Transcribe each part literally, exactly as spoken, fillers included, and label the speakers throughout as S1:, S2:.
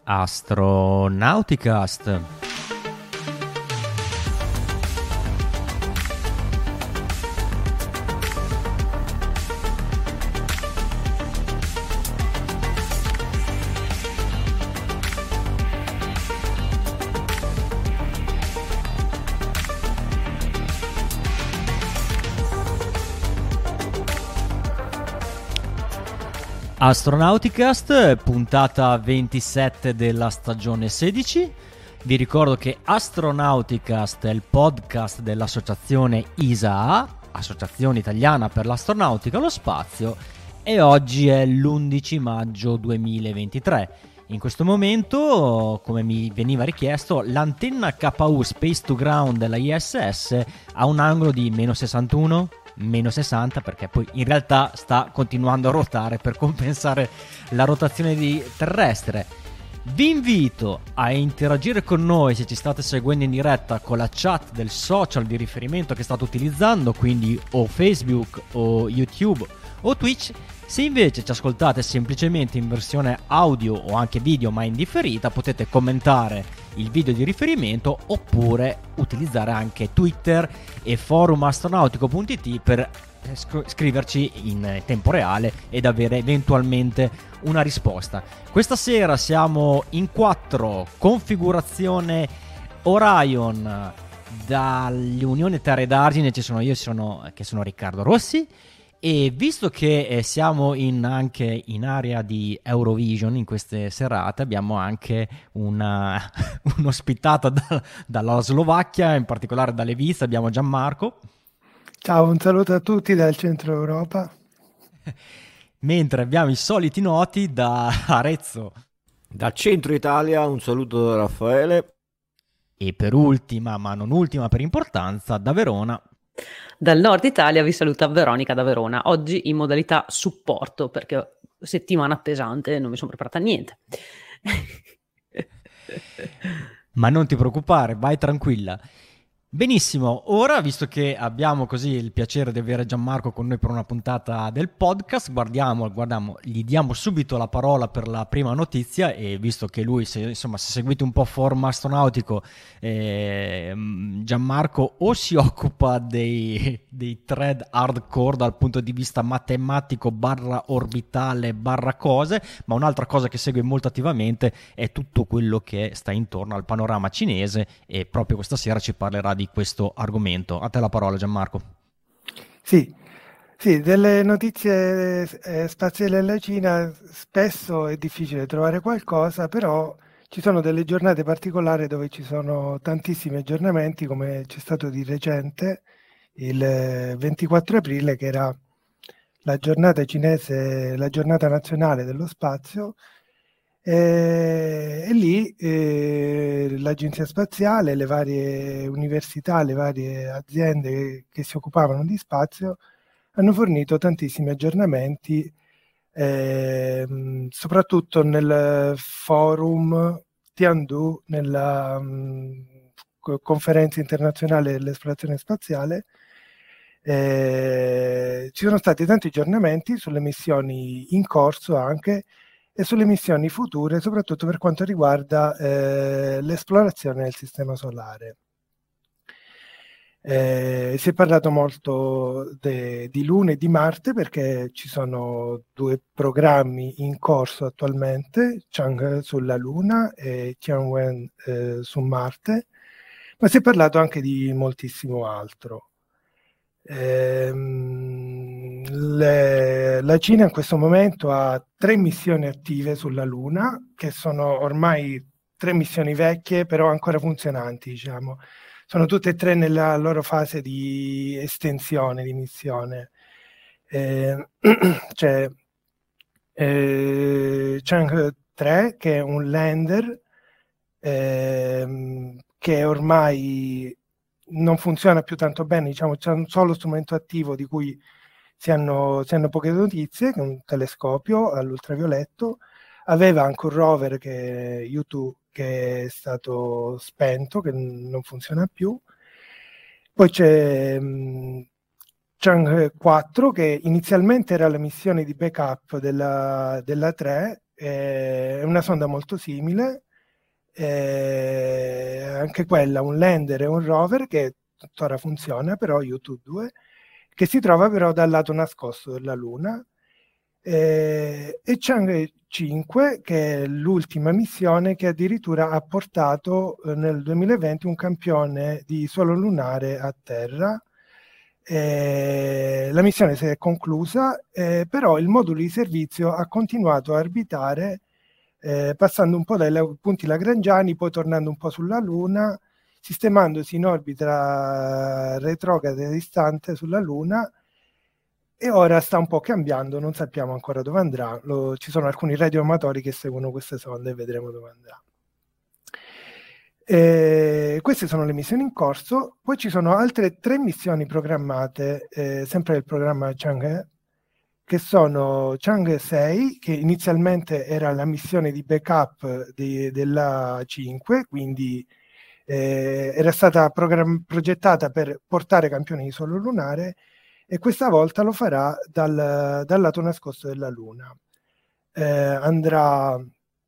S1: Astronauticast. Astronauticast, puntata ventisette della stagione sedici. Vi ricordo che Astronauticast è il podcast dell'associazione I S A A, Associazione Italiana per l'Astronautica e lo Spazio, e oggi è l'undici maggio duemilaventitré. In questo momento, come mi veniva richiesto, l'antenna K U Space to Ground della I S S ha un angolo di meno sessantuno, meno sessanta, perché poi in realtà sta continuando a ruotare per compensare la rotazione di terrestre. Vi invito a interagire con noi se ci state seguendo in diretta con la chat del social di riferimento che state utilizzando, quindi o Facebook o YouTube o Twitch. Se invece ci ascoltate semplicemente in versione audio o anche video ma in differita, potete commentare il video di riferimento oppure utilizzare anche Twitter e forum astronautico punto it per scriverci in tempo reale ed avere eventualmente una risposta. Questa sera siamo in quattro, configurazione Orion. Dall'Unione Terre d'Argine ci sono io sono, che sono Riccardo Rossi. E visto che eh, siamo in, anche in area di Eurovision in queste serate, abbiamo anche una, un'ospitata da, dalla Slovacchia, in particolare da Levice. Abbiamo Gianmarco.
S2: Ciao, un saluto a tutti dal centro Europa.
S1: Mentre abbiamo i soliti noti da Arezzo.
S3: Dal centro Italia un saluto da Raffaele.
S1: E per ultima, ma non ultima per importanza, da Verona.
S4: Dal nord Italia vi saluta Veronica da Verona, oggi in modalità supporto perché settimana pesante, non mi sono preparata a niente.
S1: Ma non ti preoccupare, vai tranquilla. Benissimo, ora visto che abbiamo così il piacere di avere Gianmarco con noi per una puntata del podcast, guardiamo, guardiamo, gli diamo subito la parola per la prima notizia. E visto che lui, se, insomma, se seguite un po' forum astronautico, eh, Gianmarco o si occupa dei, dei thread hardcore dal punto di vista matematico barra orbitale barra cose, ma un'altra cosa che segue molto attivamente è tutto quello che sta intorno al panorama cinese, e proprio questa sera ci parlerà di questo argomento. A te la parola, Gianmarco.
S2: Sì, sì, delle notizie eh, spaziali alla Cina spesso è difficile trovare qualcosa, però ci sono delle giornate particolari dove ci sono tantissimi aggiornamenti, come c'è stato di recente il ventiquattro aprile, che era la giornata cinese, la giornata nazionale dello spazio. E, e lì eh, l'agenzia spaziale, le varie università, le varie aziende che, che si occupavano di spazio hanno fornito tantissimi aggiornamenti, eh, soprattutto nel forum Tiandu, nella um, conferenza internazionale dell'esplorazione spaziale. Eh, ci sono stati tanti aggiornamenti sulle missioni in corso anche, e sulle missioni future, soprattutto per quanto riguarda eh, l'esplorazione del sistema solare. Eh, si è parlato molto de, di Luna e di Marte, perché ci sono due programmi in corso attualmente, Chang'e sulla Luna e Tianwen eh, su Marte, ma si è parlato anche di moltissimo altro. Ehm, le, la Cina in questo momento ha tre missioni attive sulla Luna, che sono ormai tre missioni vecchie, però ancora funzionanti, diciamo. Sono tutte e tre nella loro fase di estensione di missione. Eh, c'è eh, Chang'e tre, che è un lander eh, che ormai non funziona più tanto bene, diciamo, c'è un solo strumento attivo di cui si hanno, si hanno poche notizie, che è un telescopio all'ultravioletto. Aveva anche un rover, che è U due, che è stato spento, che non funziona più. Poi c'è um, Chang'e quattro, che inizialmente era la missione di backup della, della tre, eh, è una sonda molto simile, eh, anche quella un lander e un rover che tuttora funziona, però YouTube due, che si trova però dal lato nascosto della Luna, eh, e Chang'e cinque, che è l'ultima missione che addirittura ha portato eh, nel duemilaventi un campione di suolo lunare a terra. Eh, la missione si è conclusa, eh, però il modulo di servizio ha continuato a orbitare, eh, passando un po' dai punti lagrangiani, poi tornando un po' sulla Luna, sistemandosi in orbita retrograda distante sulla Luna, e ora sta un po' cambiando, non sappiamo ancora dove andrà. Lo, ci sono alcuni radioamatori che seguono queste sonde e vedremo dove andrà. Eh, queste sono le missioni in corso. Poi ci sono altre tre missioni programmate, eh, sempre del programma Chang'e, che sono Chang'e sei, che inizialmente era la missione di backup di, della cinque, quindi eh, era stata program- progettata per portare campioni di suolo lunare, e questa volta lo farà dal, dal lato nascosto della Luna. Eh, andrà...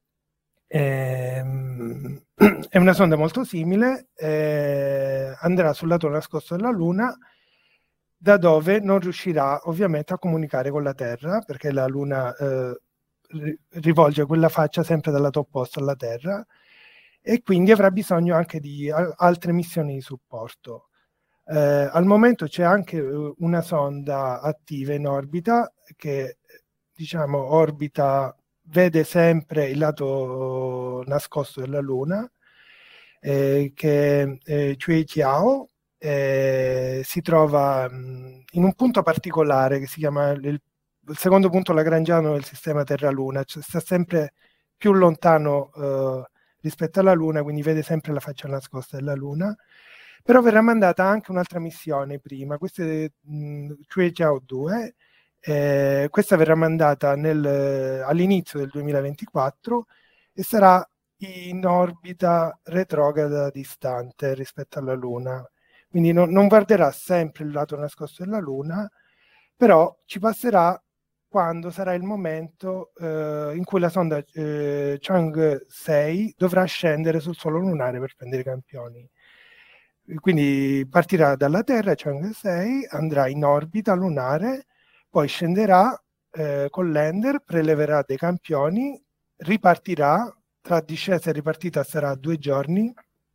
S2: Ehm, è una sonda molto simile, eh, andrà sul lato nascosto della Luna, da dove non riuscirà ovviamente a comunicare con la Terra, perché la Luna eh, rivolge quella faccia sempre dal lato opposto alla Terra, e quindi avrà bisogno anche di a- altre missioni di supporto. Eh, al momento c'è anche una sonda attiva in orbita che, diciamo, orbita, vede sempre il lato nascosto della Luna, eh, che è eh, Chuiqiao, eh, si trova mh, in un punto particolare che si chiama il, il secondo punto lagrangiano del sistema Terra-Luna, cioè sta sempre più lontano eh, rispetto alla Luna, quindi vede sempre la faccia nascosta della Luna. Però verrà mandata anche un'altra missione prima, questa è Chuiqiao due. Eh, questa verrà mandata nel, all'inizio del duemilaventiquattro e sarà in orbita retrograda distante rispetto alla Luna, quindi non, non guarderà sempre il lato nascosto della Luna, però ci passerà quando sarà il momento eh, in cui la sonda eh, Chang'e sei dovrà scendere sul suolo lunare per prendere i campioni. Quindi partirà dalla Terra, Chang'e sei, andrà in orbita lunare, poi scenderà eh, con lander, preleverà dei campioni, ripartirà, tra discesa e ripartita sarà due giorni,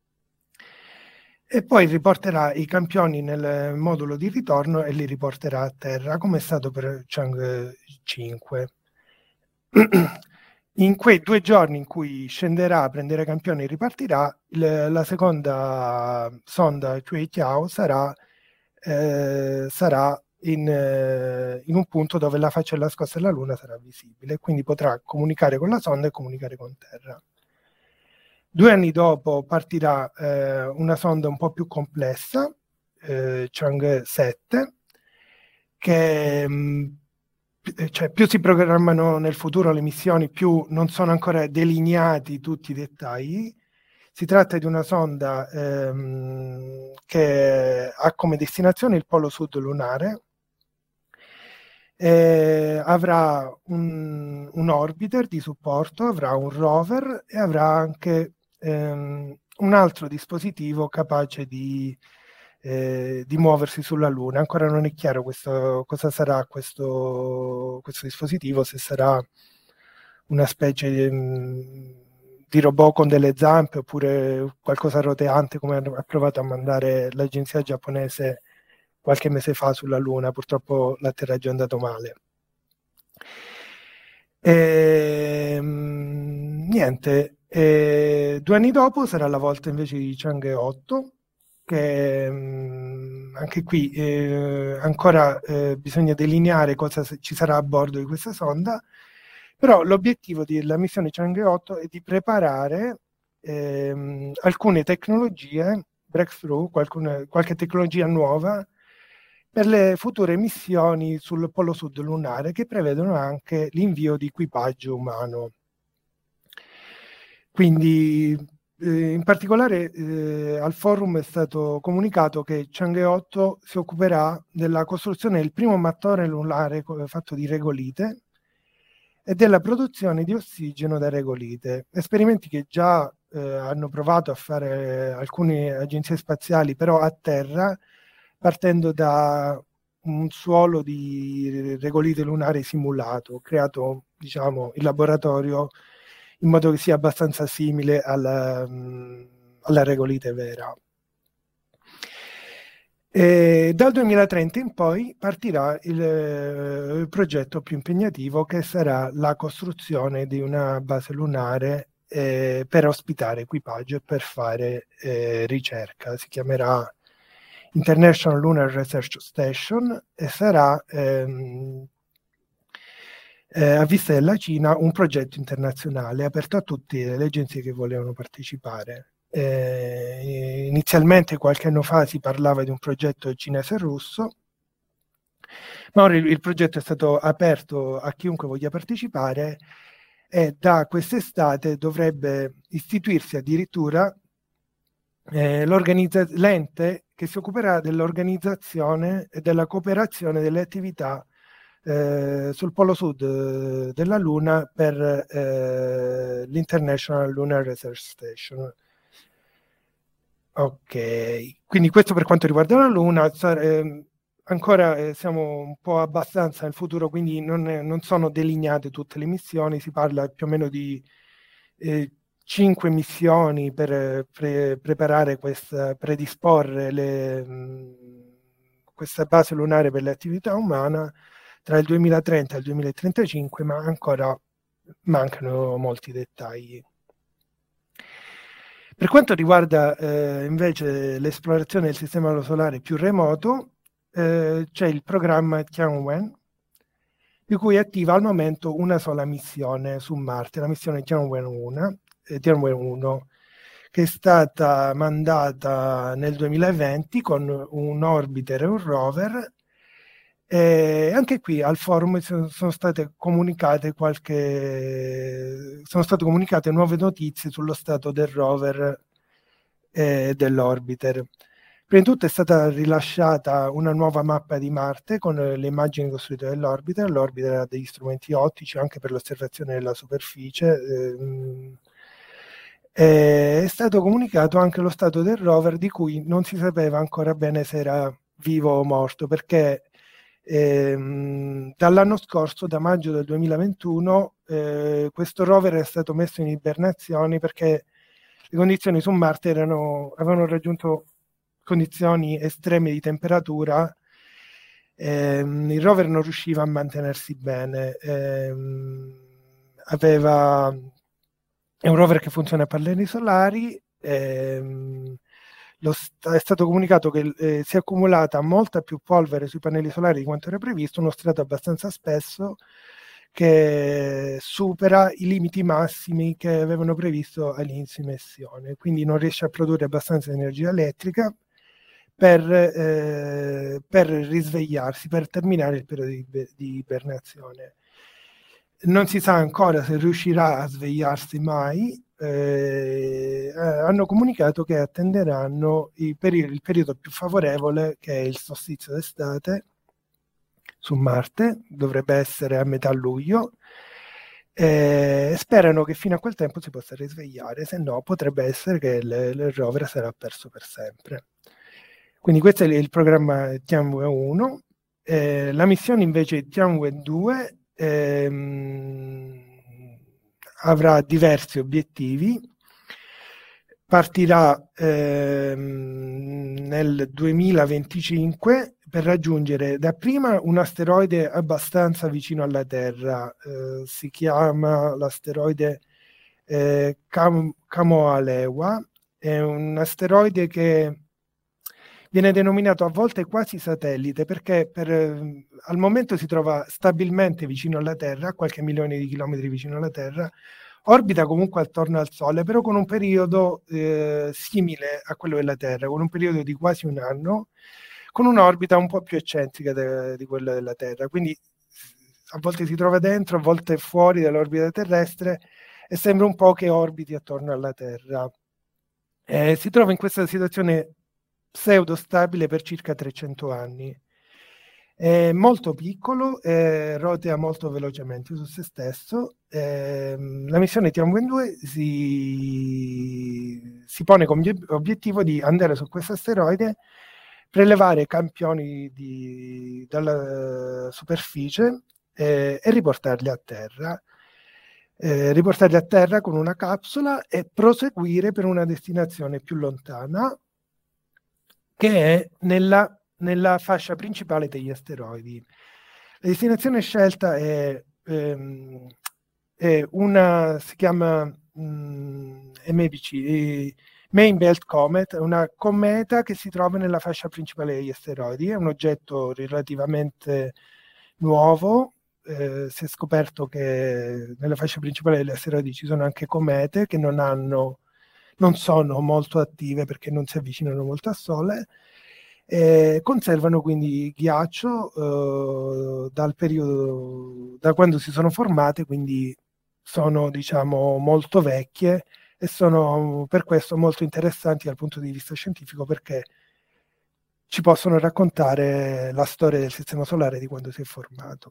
S2: e poi riporterà i campioni nel modulo di ritorno e li riporterà a terra, come è stato per Chang'e cinque. In quei due giorni in cui scenderà a prendere campioni e ripartirà, il, la seconda sonda Chuiqiao sarà, eh, sarà in, eh, in un punto dove la faccia nascosta della Luna sarà visibile, quindi potrà comunicare con la sonda e comunicare con Terra. Due anni dopo partirà eh, una sonda un po' più complessa, eh, Chang'e sette, che mh, cioè, più si programmano nel futuro le missioni, più non sono ancora delineati tutti i dettagli. Si tratta di una sonda ehm, che ha come destinazione il polo sud lunare, eh, avrà un, un orbiter di supporto, avrà un rover e avrà anche ehm, un altro dispositivo capace di Eh, di muoversi sulla Luna. Ancora non è chiaro questo, cosa sarà questo, questo dispositivo, se sarà una specie di, di robot con delle zampe oppure qualcosa roteante come ha provato a mandare l'agenzia giapponese qualche mese fa sulla Luna. Purtroppo l'atterraggio è andato male. E, niente, e due anni dopo sarà la volta invece di Chang'e otto, che mh, anche qui eh, ancora eh, bisogna delineare cosa ci sarà a bordo di questa sonda, però l'obiettivo della missione Chang'e otto è di preparare ehm, alcune tecnologie, breakthrough, qualcuna, qualche tecnologia nuova per le future missioni sul polo sud lunare, che prevedono anche l'invio di equipaggio umano. Quindi Eh, in particolare eh, al forum è stato comunicato che Chang'e otto si occuperà della costruzione del primo mattone lunare fatto di regolite, e della produzione di ossigeno da regolite. Esperimenti che già eh, hanno provato a fare alcune agenzie spaziali, però a terra, partendo da un suolo di regolite lunare simulato, creato, diciamo, in laboratorio in modo che sia abbastanza simile alla, alla regolite vera. E dal duemilatrenta in poi partirà il, il progetto più impegnativo, che sarà la costruzione di una base lunare eh, per ospitare equipaggio e per fare eh, ricerca. Si chiamerà International Lunar Research Station e sarà ehm, eh, a vista della Cina un progetto internazionale aperto a tutte le agenzie che volevano partecipare. Eh, inizialmente qualche anno fa si parlava di un progetto cinese e russo, ma ora il, il progetto è stato aperto a chiunque voglia partecipare e da quest'estate dovrebbe istituirsi addirittura eh, l'ente che si occuperà dell'organizzazione e della cooperazione delle attività eh, sul polo sud eh, della Luna per eh, l'International Lunar Research Station. Ok, quindi questo per quanto riguarda la Luna. Eh, ancora eh, siamo un po' abbastanza nel futuro, quindi non, è, non sono delineate tutte le missioni, si parla più o meno di eh, cinque missioni per pre- preparare questa, predisporre le, mh, questa base lunare per l'attività umana tra il duemilatrenta e il duemilatrentacinque, ma ancora mancano molti dettagli. Per quanto riguarda eh, invece l'esplorazione del sistema solare più remoto, eh, c'è il programma Tianwen, di cui è attiva al momento una sola missione su Marte, la missione Tianwen uno, eh, Tianwen uno, che è stata mandata nel duemilaventi con un orbiter e un rover. E anche qui al forum sono state comunicate qualche sono state comunicate nuove notizie sullo stato del rover e dell'orbiter. Prima di tutto è stata rilasciata una nuova mappa di Marte con le immagini costruite dell'orbiter. L'orbiter ha degli strumenti ottici anche per l'osservazione della superficie. È stato comunicato anche lo stato del rover, di cui non si sapeva ancora bene se era vivo o morto, perché Ehm, dall'anno scorso, da maggio del duemilaventuno, eh, questo rover è stato messo in ibernazione perché le condizioni su Marte erano, avevano raggiunto condizioni estreme di temperatura. Ehm, il rover non riusciva a mantenersi bene. Ehm, aveva, è un rover che funziona a pannelli solari. Ehm, Lo st- è stato comunicato che eh, si è accumulata molta più polvere sui pannelli solari di quanto era previsto, uno strato abbastanza spesso che supera i limiti massimi che avevano previsto all'inizio di missione, quindi non riesce a produrre abbastanza energia elettrica per, eh, per risvegliarsi, per terminare il periodo di, di ibernazione. Non si sa ancora se riuscirà a svegliarsi mai. Eh, hanno comunicato che attenderanno il periodo, il periodo più favorevole, che è il solstizio d'estate su Marte, dovrebbe essere a metà luglio. Eh, sperano che fino a quel tempo si possa risvegliare, se no potrebbe essere che il, il rover sarà perso per sempre. Quindi questo è il programma Tianwen uno. Eh, la missione invece Tianwen due ehm, avrà diversi obiettivi. Partirà ehm, nel duemilaventicinque per raggiungere dapprima un asteroide abbastanza vicino alla Terra. Eh, si chiama l'asteroide eh, Cam- Kamoa-Lewa. È un asteroide che viene denominato a volte quasi satellite perché per, eh, al momento si trova stabilmente vicino alla Terra, a qualche milione di chilometri vicino alla Terra, orbita comunque attorno al Sole, però con un periodo eh, simile a quello della Terra, con un periodo di quasi un anno, con un'orbita un po' più eccentrica de- di quella della Terra. Quindi a volte si trova dentro, a volte fuori dall'orbita terrestre e sembra un po' che orbiti attorno alla Terra. Eh, si trova in questa situazione pseudo stabile per circa trecento anni. È molto piccolo e rotea molto velocemente su se stesso. Eh, la missione Tianwen due si, si pone come obiettivo di andare su questo asteroide, prelevare campioni di, dalla superficie eh, e riportarli a terra. Eh, riportarli a terra con una capsula e proseguire per una destinazione più lontana, che è nella, nella fascia principale degli asteroidi. La destinazione scelta è, ehm, è una, si chiama mh, M B C, eh, Main Belt Comet, una cometa che si trova nella fascia principale degli asteroidi. È un oggetto relativamente nuovo. Eh, si è scoperto che nella fascia principale degli asteroidi ci sono anche comete che non hanno, non sono molto attive perché non si avvicinano molto al Sole. Eh, conservano quindi ghiaccio eh, dal periodo, da quando si sono formate, quindi sono, diciamo, molto vecchie e sono per questo molto interessanti dal punto di vista scientifico, perché ci possono raccontare la storia del Sistema Solare di quando si è formato.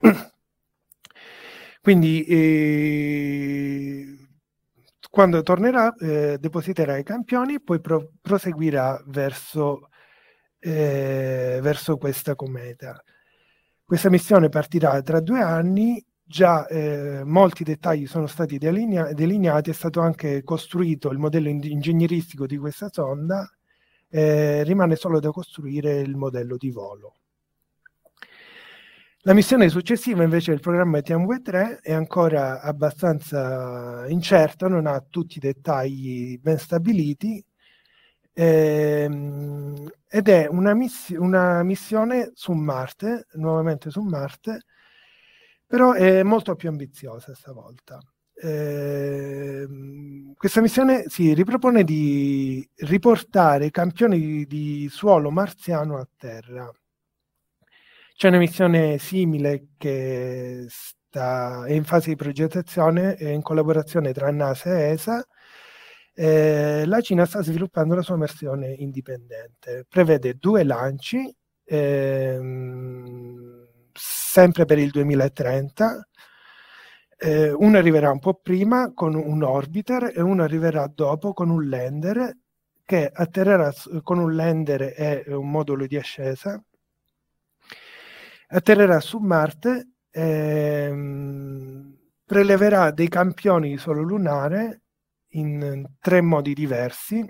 S2: Quindi eh, quando tornerà eh, depositerà i campioni, poi pro- proseguirà verso, eh, verso questa cometa. Questa missione partirà tra due anni. Già eh, molti dettagli sono stati delinea- delineati, è stato anche costruito il modello in- ingegneristico di questa sonda, eh, rimane solo da costruire il modello di volo. La missione successiva invece del programma Tianwen tre è ancora abbastanza incerta, non ha tutti i dettagli ben stabiliti, ehm, ed è una, miss- una missione su Marte, nuovamente su Marte, però è molto più ambiziosa stavolta. Eh, questa missione si ripropone di riportare i campioni di, di suolo marziano a terra. C'è una missione simile che sta, è in fase di progettazione in collaborazione tra NASA e E S A. Eh, la Cina sta sviluppando la sua versione indipendente. Prevede due lanci, ehm, sempre per il duemilatrenta. Eh, uno arriverà un po' prima con un orbiter e uno arriverà dopo con un lander, che atterrerà con un lander e un modulo di ascesa. Atterrerà su Marte, ehm, preleverà dei campioni di suolo lunare in tre modi diversi.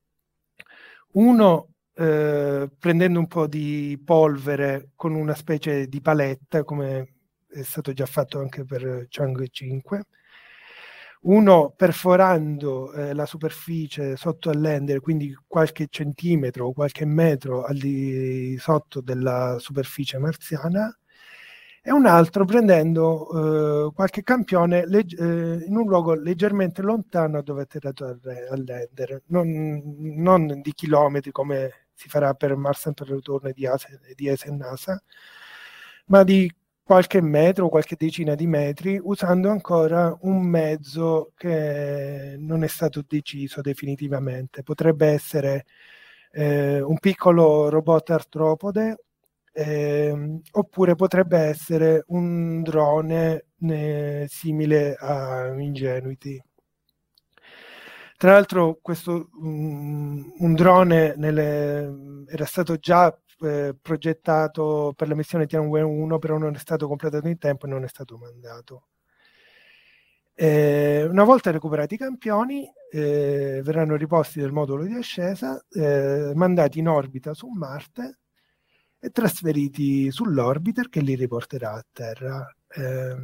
S2: Uno eh, prendendo un po' di polvere con una specie di paletta, come è stato già fatto anche per Chang'e cinque. Uno perforando eh, la superficie sotto al lander, quindi qualche centimetro o qualche metro al di sotto della superficie marziana, e un altro prendendo eh, qualche campione legge- eh, in un luogo leggermente lontano da dove è atterrato al, al lander, non, non di chilometri come si farà per Mars Sample Return di E S A e NASA, ma di qualche metro, qualche decina di metri, usando ancora un mezzo che non è stato deciso definitivamente. Potrebbe essere eh, un piccolo robot artropode, eh, oppure potrebbe essere un drone eh, simile a Ingenuity. Tra l'altro questo um, un drone nelle, era stato già eh, progettato per la missione Tianwen uno, però non è stato completato in tempo e non è stato mandato. Eh, una volta recuperati i campioni eh, verranno riposti nel modulo di ascesa, eh, mandati in orbita su Marte e trasferiti sull'orbiter che li riporterà a terra. Eh,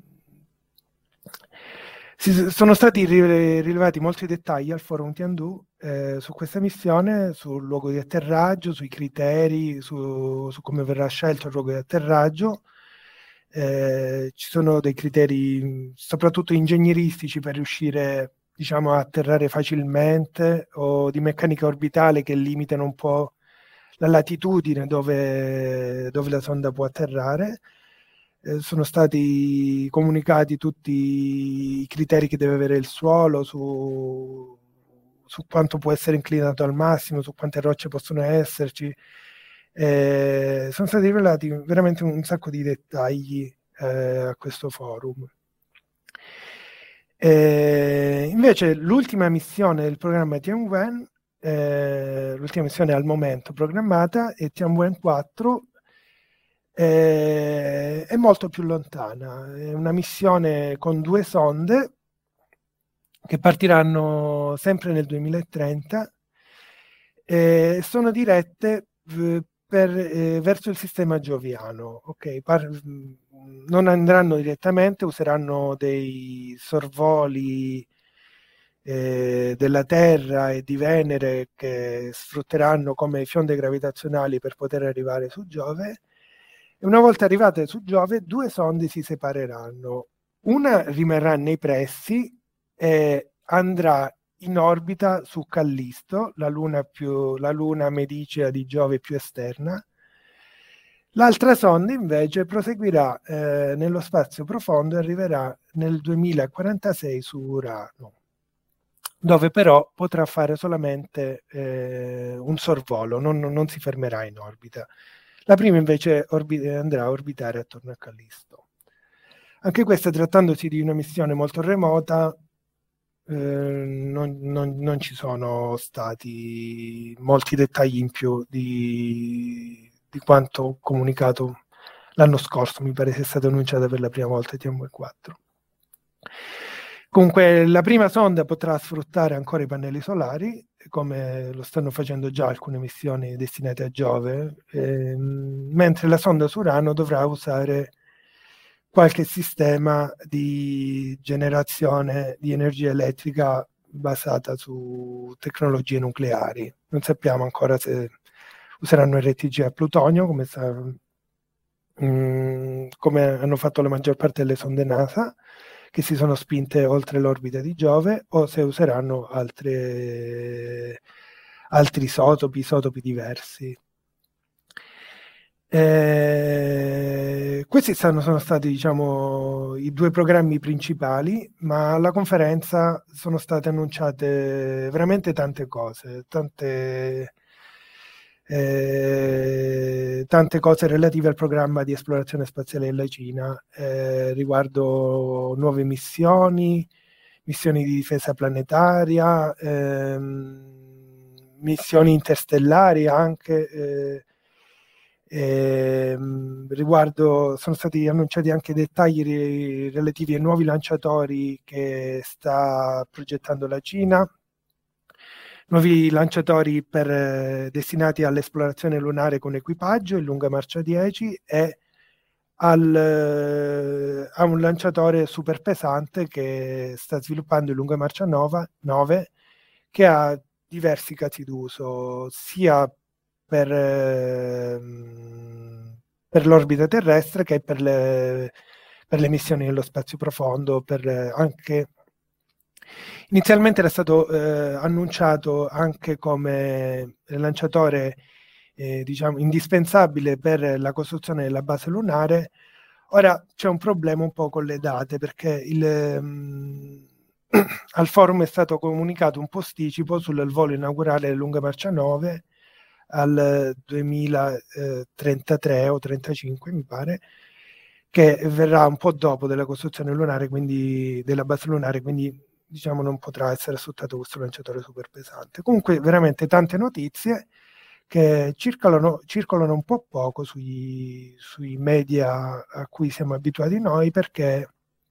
S2: si, sono stati rilevati molti dettagli al forum Tiandu eh, su questa missione, sul luogo di atterraggio, sui criteri, su, su come verrà scelto il luogo di atterraggio. Eh, ci sono dei criteri soprattutto ingegneristici per riuscire, diciamo, a atterrare facilmente, o di meccanica orbitale che limitano un po' la latitudine dove, dove la sonda può atterrare. Eh, sono stati comunicati tutti i criteri che deve avere il suolo su, su quanto può essere inclinato al massimo, su quante rocce possono esserci. Eh, sono stati rivelati veramente un sacco di dettagli eh, a questo forum. Eh, invece l'ultima missione del programma Tianwen, eh, l'ultima missione al momento programmata è Tianwen quattro, eh, è molto più lontana, è una missione con due sonde che partiranno sempre nel duemilatrenta e sono dirette eh, per, eh, verso il sistema gioviano. Okay? Par- non andranno direttamente, useranno dei sorvoli eh, della Terra e di Venere che sfrutteranno come fionde gravitazionali per poter arrivare su Giove. E una volta arrivate su Giove, due sonde si separeranno. Una rimarrà nei pressi e andrà in orbita su Callisto, la luna, più, la luna medicea di Giove più esterna. L'altra sonda invece proseguirà eh, nello spazio profondo e arriverà nel duemilaquarantasei su Urano, dove però potrà fare solamente eh, un sorvolo, non, non si fermerà in orbita. La prima invece orbi- andrà a orbitare attorno a Callisto. Anche questa, trattandosi di una missione molto remota, eh, non, non, non ci sono stati molti dettagli in più di, di quanto comunicato l'anno scorso. Mi pare sia stata annunciata per la prima volta Tianwen quattro. Comunque la prima sonda potrà sfruttare ancora i pannelli solari, come lo stanno facendo già alcune missioni destinate a Giove, ehm, mentre la sonda su Urano dovrà usare qualche sistema di generazione di energia elettrica basata su tecnologie nucleari. Non sappiamo ancora se useranno R T G a plutonio, come, sta, mh, come hanno fatto la maggior parte delle sonde NASA, che si sono spinte oltre l'orbita di Giove, o se useranno altre, altri isotopi, isotopi diversi. Eh, questi stanno, sono stati, diciamo, i due programmi principali, ma alla conferenza sono state annunciate veramente tante cose, tante, eh, tante cose relative al programma di esplorazione spaziale della Cina, eh, riguardo nuove missioni, missioni di difesa planetaria, ehm, missioni interstellari anche. Eh, Eh, riguardo sono stati annunciati anche dettagli ri- relativi ai nuovi lanciatori che sta progettando la Cina, nuovi lanciatori per, eh, destinati all'esplorazione lunare con equipaggio, il Lunga Marcia dieci, e al, eh, a un lanciatore super pesante che sta sviluppando il Lunga Marcia nove, che ha diversi casi d'uso, sia per, eh, per l'orbita terrestre che per le, per le missioni nello spazio profondo, per eh, anche inizialmente era stato eh, annunciato anche come lanciatore eh, diciamo indispensabile per la costruzione della base lunare. Ora c'è un problema un po' con le date, perché il, um, al forum è stato comunicato un posticipo sul volo inaugurale del Lunga Marcia nove al duemilatrentatré o trentacinque mi pare, che verrà un po' dopo della costruzione lunare, quindi della base lunare, quindi diciamo non potrà essere sfruttato questo lanciatore super pesante. Comunque veramente tante notizie che circolano, circolano un po' poco sui, sui media a cui siamo abituati noi, perché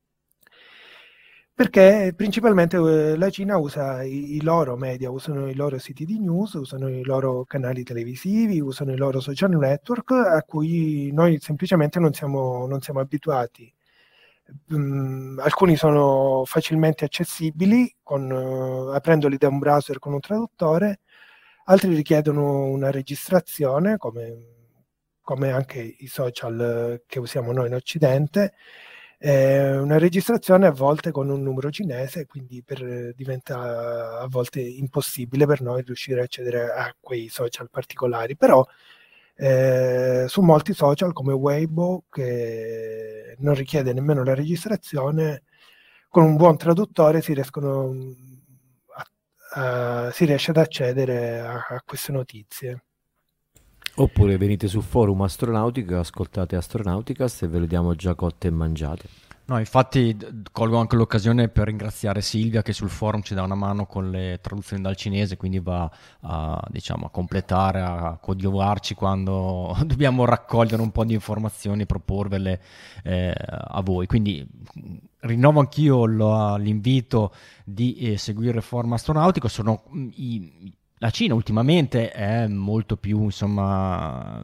S2: perché principalmente eh, la Cina usa i, i loro media, usano i loro siti di news, usano i loro canali televisivi, usano i loro social network a cui noi semplicemente non siamo, non siamo abituati. Um, alcuni sono facilmente accessibili con, uh, aprendoli da un browser con un traduttore, altri richiedono una registrazione, come, come anche i social che usiamo noi in Occidente. Eh, una registrazione a volte con un numero cinese, quindi per, diventa a volte impossibile per noi riuscire a accedere a quei social particolari, però eh, su molti social come Weibo, che non richiede nemmeno la registrazione, con un buon traduttore si riescono a, a, si riesce ad accedere a, a queste notizie.
S3: Oppure venite sul forum Astronautica, ascoltate Astronauticast e ve lo diamo già cotte e mangiate.
S1: No, infatti colgo anche l'occasione per ringraziare Silvia che sul forum ci dà una mano con le traduzioni dal cinese, quindi va a, diciamo, a completare, a coadiuvarci quando dobbiamo raccogliere un po' di informazioni e proporvele eh, a voi. Quindi rinnovo anch'io lo, l'invito di eh, seguire Forum Astronautico. Sono i, la Cina ultimamente è molto più, insomma,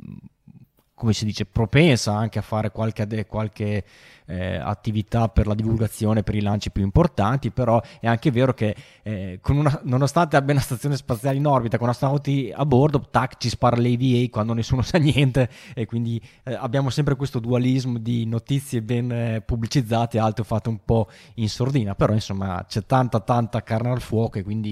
S1: come si dice, propensa anche a fare qualche, qualche eh, attività per la divulgazione, per i lanci più importanti, però è anche vero che eh, con una, nonostante abbia una stazione spaziale in orbita con astronauti a bordo, tac, ci spara l'A V A quando nessuno sa niente, e quindi eh, abbiamo sempre questo dualismo di notizie ben eh, pubblicizzate e altre fatte un po' in sordina, però insomma c'è tanta tanta carne al fuoco, e quindi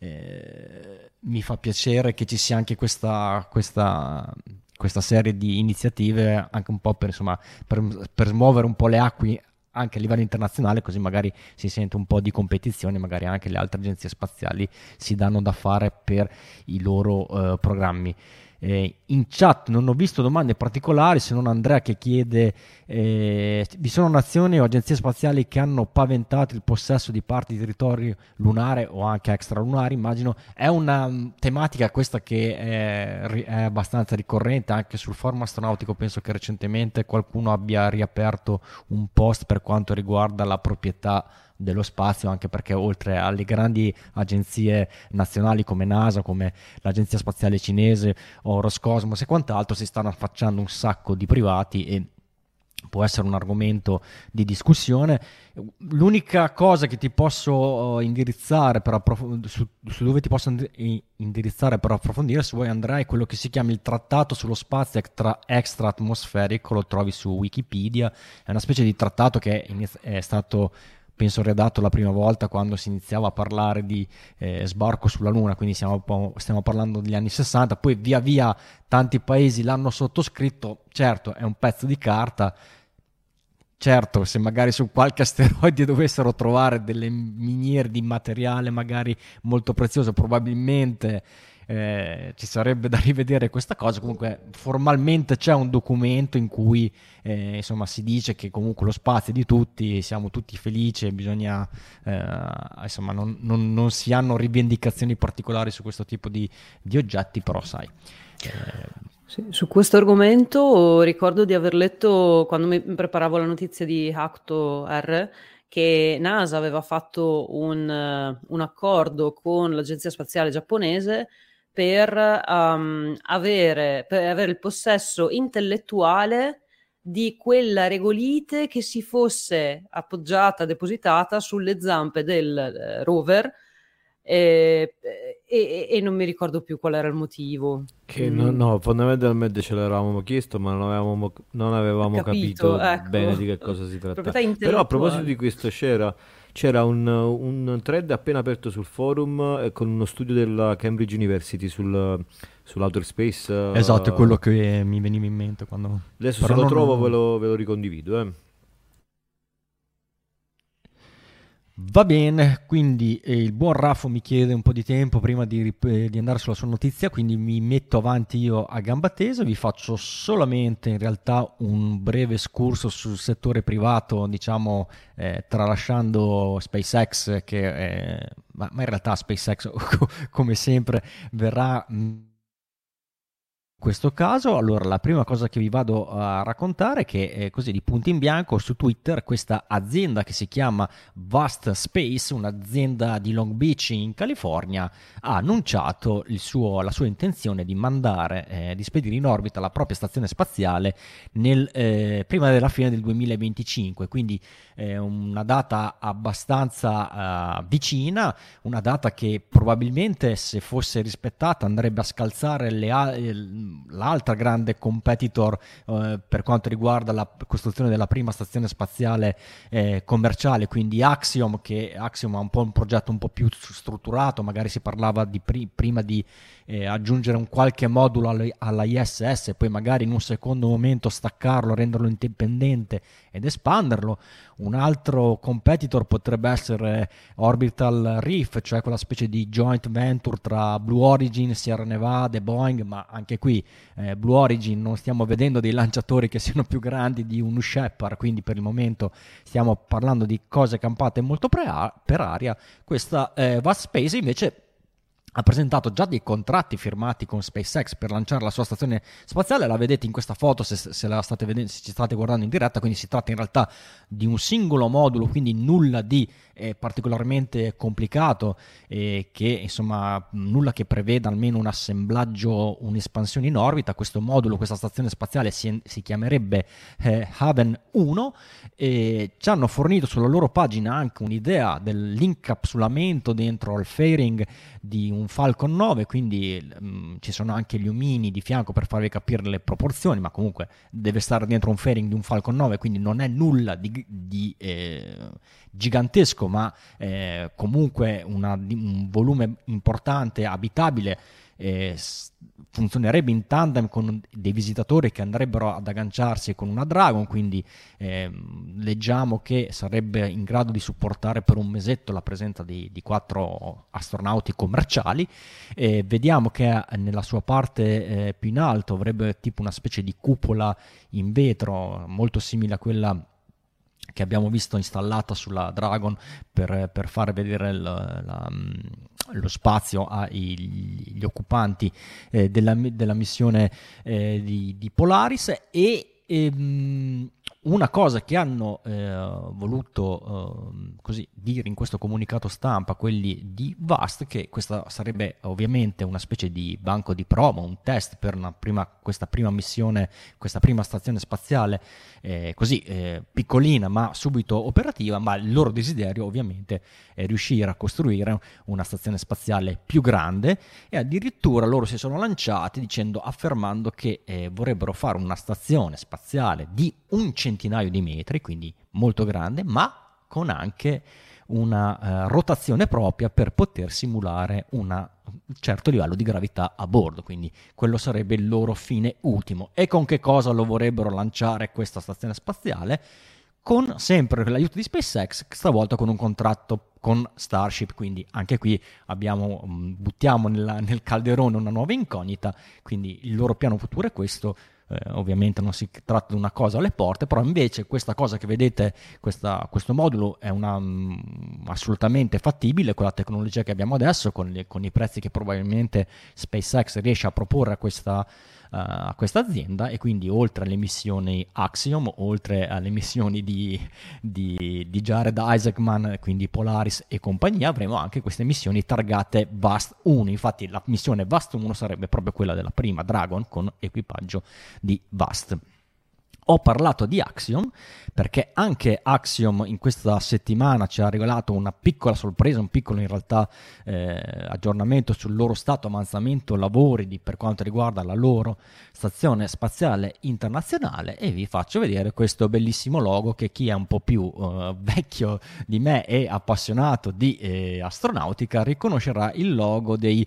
S1: eh, mi fa piacere che ci sia anche questa questa questa serie di iniziative, anche un po' per, insomma, per, per smuovere un po' le acque anche a livello internazionale, così magari si sente un po' di competizione, magari anche le altre agenzie spaziali si danno da fare per i loro uh, programmi. Eh, in chat non ho visto domande particolari, se non Andrea che chiede eh, vi sono nazioni o agenzie spaziali che hanno paventato il possesso di parti di territorio lunare o anche extralunari. Immagino è una um, tematica questa che è, è abbastanza ricorrente anche sul forum astronautico. Penso che recentemente qualcuno abbia riaperto un post per quanto riguarda la proprietà dello spazio, anche perché oltre alle grandi agenzie nazionali come NASA, come l'agenzia spaziale cinese o Roscosmos e quant'altro, si stanno affacciando un sacco di privati e può essere un argomento di discussione. L'unica cosa che ti posso indirizzare per approf- su, su dove ti posso indirizzare per approfondire, se vuoi Andrea, è quello che si chiama il Trattato sullo spazio extra, extra atmosferico, lo trovi su Wikipedia. È una specie di trattato che è stato, penso, redatto la prima volta quando si iniziava a parlare di eh, sbarco sulla Luna, quindi siamo, stiamo parlando degli anni sessanta, poi via via tanti paesi l'hanno sottoscritto. Certo, è un pezzo di carta, certo, se magari su qualche asteroide dovessero trovare delle miniere di materiale magari molto prezioso, probabilmente Eh, ci sarebbe da rivedere questa cosa. Comunque formalmente c'è un documento in cui eh, insomma si dice che comunque lo spazio è di tutti, siamo tutti felici e bisogna eh, insomma non, non, non si hanno rivendicazioni particolari su questo tipo di, di oggetti, però sai eh,
S4: sì, su questo argomento ricordo di aver letto, quando mi preparavo la notizia di Acto R, che NASA aveva fatto un, un accordo con l'agenzia spaziale giapponese per, um, avere, per avere il possesso intellettuale di quella regolite che si fosse appoggiata, depositata sulle zampe del eh, rover, e, e, e non mi ricordo più qual era il motivo.
S3: Che
S4: mm.
S3: no, no, fondamentalmente ce l'avevamo chiesto, ma non avevamo, non avevamo
S4: capito,
S3: capito
S4: ecco,
S3: bene di che cosa si trattava.
S4: proprietà intellettuale.
S3: Però a proposito di questo c'era, c'era un, un thread appena aperto sul forum eh, con uno studio della Cambridge University sul, sull'outer space. eh,
S1: esatto, è quello che mi veniva in mente quando...
S3: Adesso
S1: Però
S3: se lo
S1: non-
S3: trovo ve lo, ve lo ricondivido. Eh.
S1: Va bene, quindi eh, il buon Raffo mi chiede un po' di tempo prima di, rip- eh, di andare sulla sua notizia, quindi mi metto avanti io a gamba tesa. Vi faccio solamente in realtà un breve escurso sul settore privato, diciamo eh, tralasciando SpaceX, che eh, ma, ma in realtà SpaceX come sempre verrà mh, in questo caso. Allora, la prima cosa che vi vado a raccontare è che eh, così di punto in bianco su Twitter questa azienda che si chiama Vast Space, un'azienda di Long Beach in California, ha annunciato il suo, la sua intenzione di mandare, eh, di spedire in orbita la propria stazione spaziale nel, eh, prima della fine del duemilaventicinque, quindi eh, una data abbastanza eh, vicina, una data che probabilmente, se fosse rispettata, andrebbe a scalzare le, a- l'altra grande competitor eh, per quanto riguarda la costruzione della prima stazione spaziale eh, commerciale, quindi Axiom, che Axiom ha un po' un progetto un po' più strutturato, magari si parlava di pri- prima di eh, aggiungere un qualche modulo alla, alla I S S e poi magari in un secondo momento staccarlo, renderlo indipendente ed espanderlo. Un altro competitor potrebbe essere Orbital Reef, cioè quella specie di joint venture tra Blue Origin, Sierra Nevada e Boeing, ma anche qui quindi eh, Blue Origin non stiamo vedendo dei lanciatori che siano più grandi di un Shepard, quindi per il momento stiamo parlando di cose campate molto pre- per aria. Questa eh, Vast Space invece ha presentato già dei contratti firmati con SpaceX per lanciare la sua stazione spaziale. La vedete in questa foto se, se la state vedendo, se ci state guardando in diretta. Quindi si tratta in realtà di un singolo modulo, quindi nulla di eh, particolarmente complicato, eh, che insomma nulla che preveda almeno un assemblaggio, un'espansione in orbita. Questo modulo, questa stazione spaziale si, si chiamerebbe eh, Haven uno, e ci hanno fornito sulla loro pagina anche un'idea dell'incapsulamento dentro il fairing di un Falcon nove, quindi mh, ci sono anche gli omini di fianco per farvi capire le proporzioni, ma comunque deve stare dentro un fairing di un Falcon nove, quindi non è nulla di, di eh, gigantesco, ma eh, comunque una, un volume importante, abitabile. Eh, funzionerebbe in tandem con dei visitatori che andrebbero ad agganciarsi con una Dragon, quindi eh, leggiamo che sarebbe in grado di supportare per un mesetto la presenza di, di quattro astronauti commerciali. Eh, vediamo che nella sua parte eh, più in alto avrebbe tipo una specie di cupola in vetro molto simile a quella che abbiamo visto installata sulla Dragon per, per far vedere il, la, lo spazio agli occupanti eh, della, della missione eh, di, di Polaris. E ehm, una cosa che hanno eh, voluto eh, così dire in questo comunicato stampa quelli di Vast, che questa sarebbe ovviamente una specie di banco di prova, un test per una prima, questa prima missione, questa prima stazione spaziale eh, così eh, piccolina ma subito operativa, ma il loro desiderio ovviamente è riuscire a costruire una stazione spaziale più grande, e addirittura loro si sono lanciati dicendo, affermando che eh, vorrebbero fare una stazione spaziale di un centinaio di metri, quindi molto grande, ma con anche una uh, rotazione propria per poter simulare una, un certo livello di gravità a bordo, quindi quello sarebbe il loro fine ultimo. E con che cosa lo vorrebbero lanciare questa stazione spaziale? Con sempre l'aiuto di SpaceX, stavolta con un contratto con Starship, quindi anche qui abbiamo, buttiamo nella, nel calderone una nuova incognita, quindi il loro piano futuro è questo. Eh, ovviamente non si tratta di una cosa alle porte, però invece questa cosa che vedete, questa, questo modulo è una, um, assolutamente fattibile con la tecnologia che abbiamo adesso, con, le, con i prezzi che probabilmente SpaceX riesce a proporre a questa, uh, a questa azienda. E quindi oltre alle missioni Axiom, oltre alle missioni di, di, di Jared Isaacman, quindi Polaris e compagnia, avremo anche queste missioni targate Vast uno. Infatti la missione Vast uno sarebbe proprio quella della prima Dragon con equipaggio di Vast. Ho parlato di Axiom perché anche Axiom in questa settimana ci ha regalato una piccola sorpresa, un piccolo in realtà eh, aggiornamento sul loro stato avanzamento lavori di, per quanto riguarda la loro stazione spaziale internazionale, e vi faccio vedere questo bellissimo logo che chi è un po' più eh, vecchio di me e appassionato di eh, astronautica riconoscerà il logo dei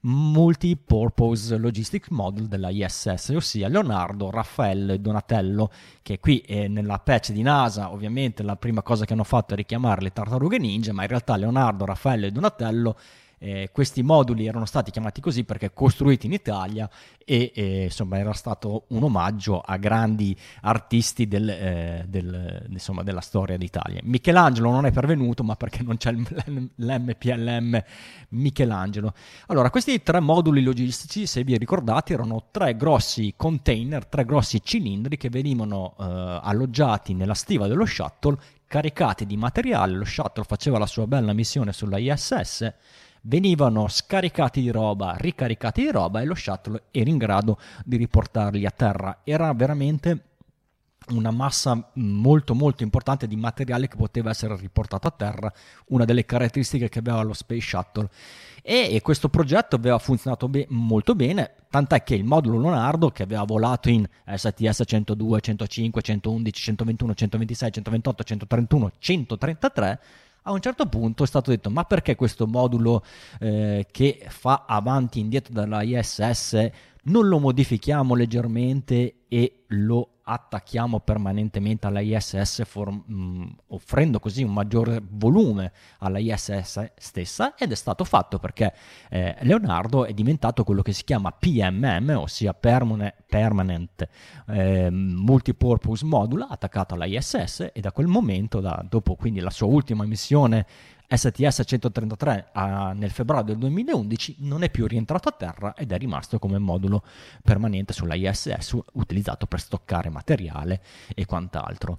S1: Multipurpose Logistic Module della I S S, ossia Leonardo, Raffaello e Donatello, che qui eh, nella patch di NASA ovviamente la prima cosa che hanno fatto è richiamare le tartarughe ninja, ma in realtà Leonardo, Raffaello e Donatello, eh, questi moduli erano stati chiamati così perché costruiti in Italia, e eh, insomma era stato un omaggio a grandi artisti del, eh, del, insomma, della storia d'Italia. Michelangelo non è pervenuto, ma perché non c'è l'M P L M Michelangelo. Allora, questi tre moduli logistici, se vi ricordate, erano tre grossi container, tre grossi cilindri che venivano eh, alloggiati nella stiva dello shuttle, caricati di materiale. Lo shuttle faceva la sua bella missione sulla I S S, venivano scaricati di roba, ricaricati di roba, e lo shuttle era in grado di riportarli a terra. Era veramente una massa molto molto importante di materiale che poteva essere riportato a terra, una delle caratteristiche che aveva lo Space Shuttle. E, e questo progetto aveva funzionato be- molto bene, tant'è che il modulo Leonardo, che aveva volato in S T S centodue, centocinque, centoundici, centoventuno, centoventisei, centoventotto, centotrentuno, centotrentatré, a un certo punto è stato detto: ma perché questo modulo eh, che fa avanti e indietro dalla I S S non lo modifichiamo leggermente e lo attacchiamo permanentemente alla I S S, form- mh, offrendo così un maggiore volume alla I S S stessa, ed è stato fatto perché eh, Leonardo è diventato quello che si chiama P M M, ossia Permane- Permanent eh, Multipurpose Module, attaccato alla I S S, e da quel momento, da, dopo quindi la sua ultima missione S T S centotrentatré a, nel febbraio del duemilaundici, non è più rientrato a terra ed è rimasto come modulo permanente sulla I S S, utilizzato per stoccare materiale e quant'altro.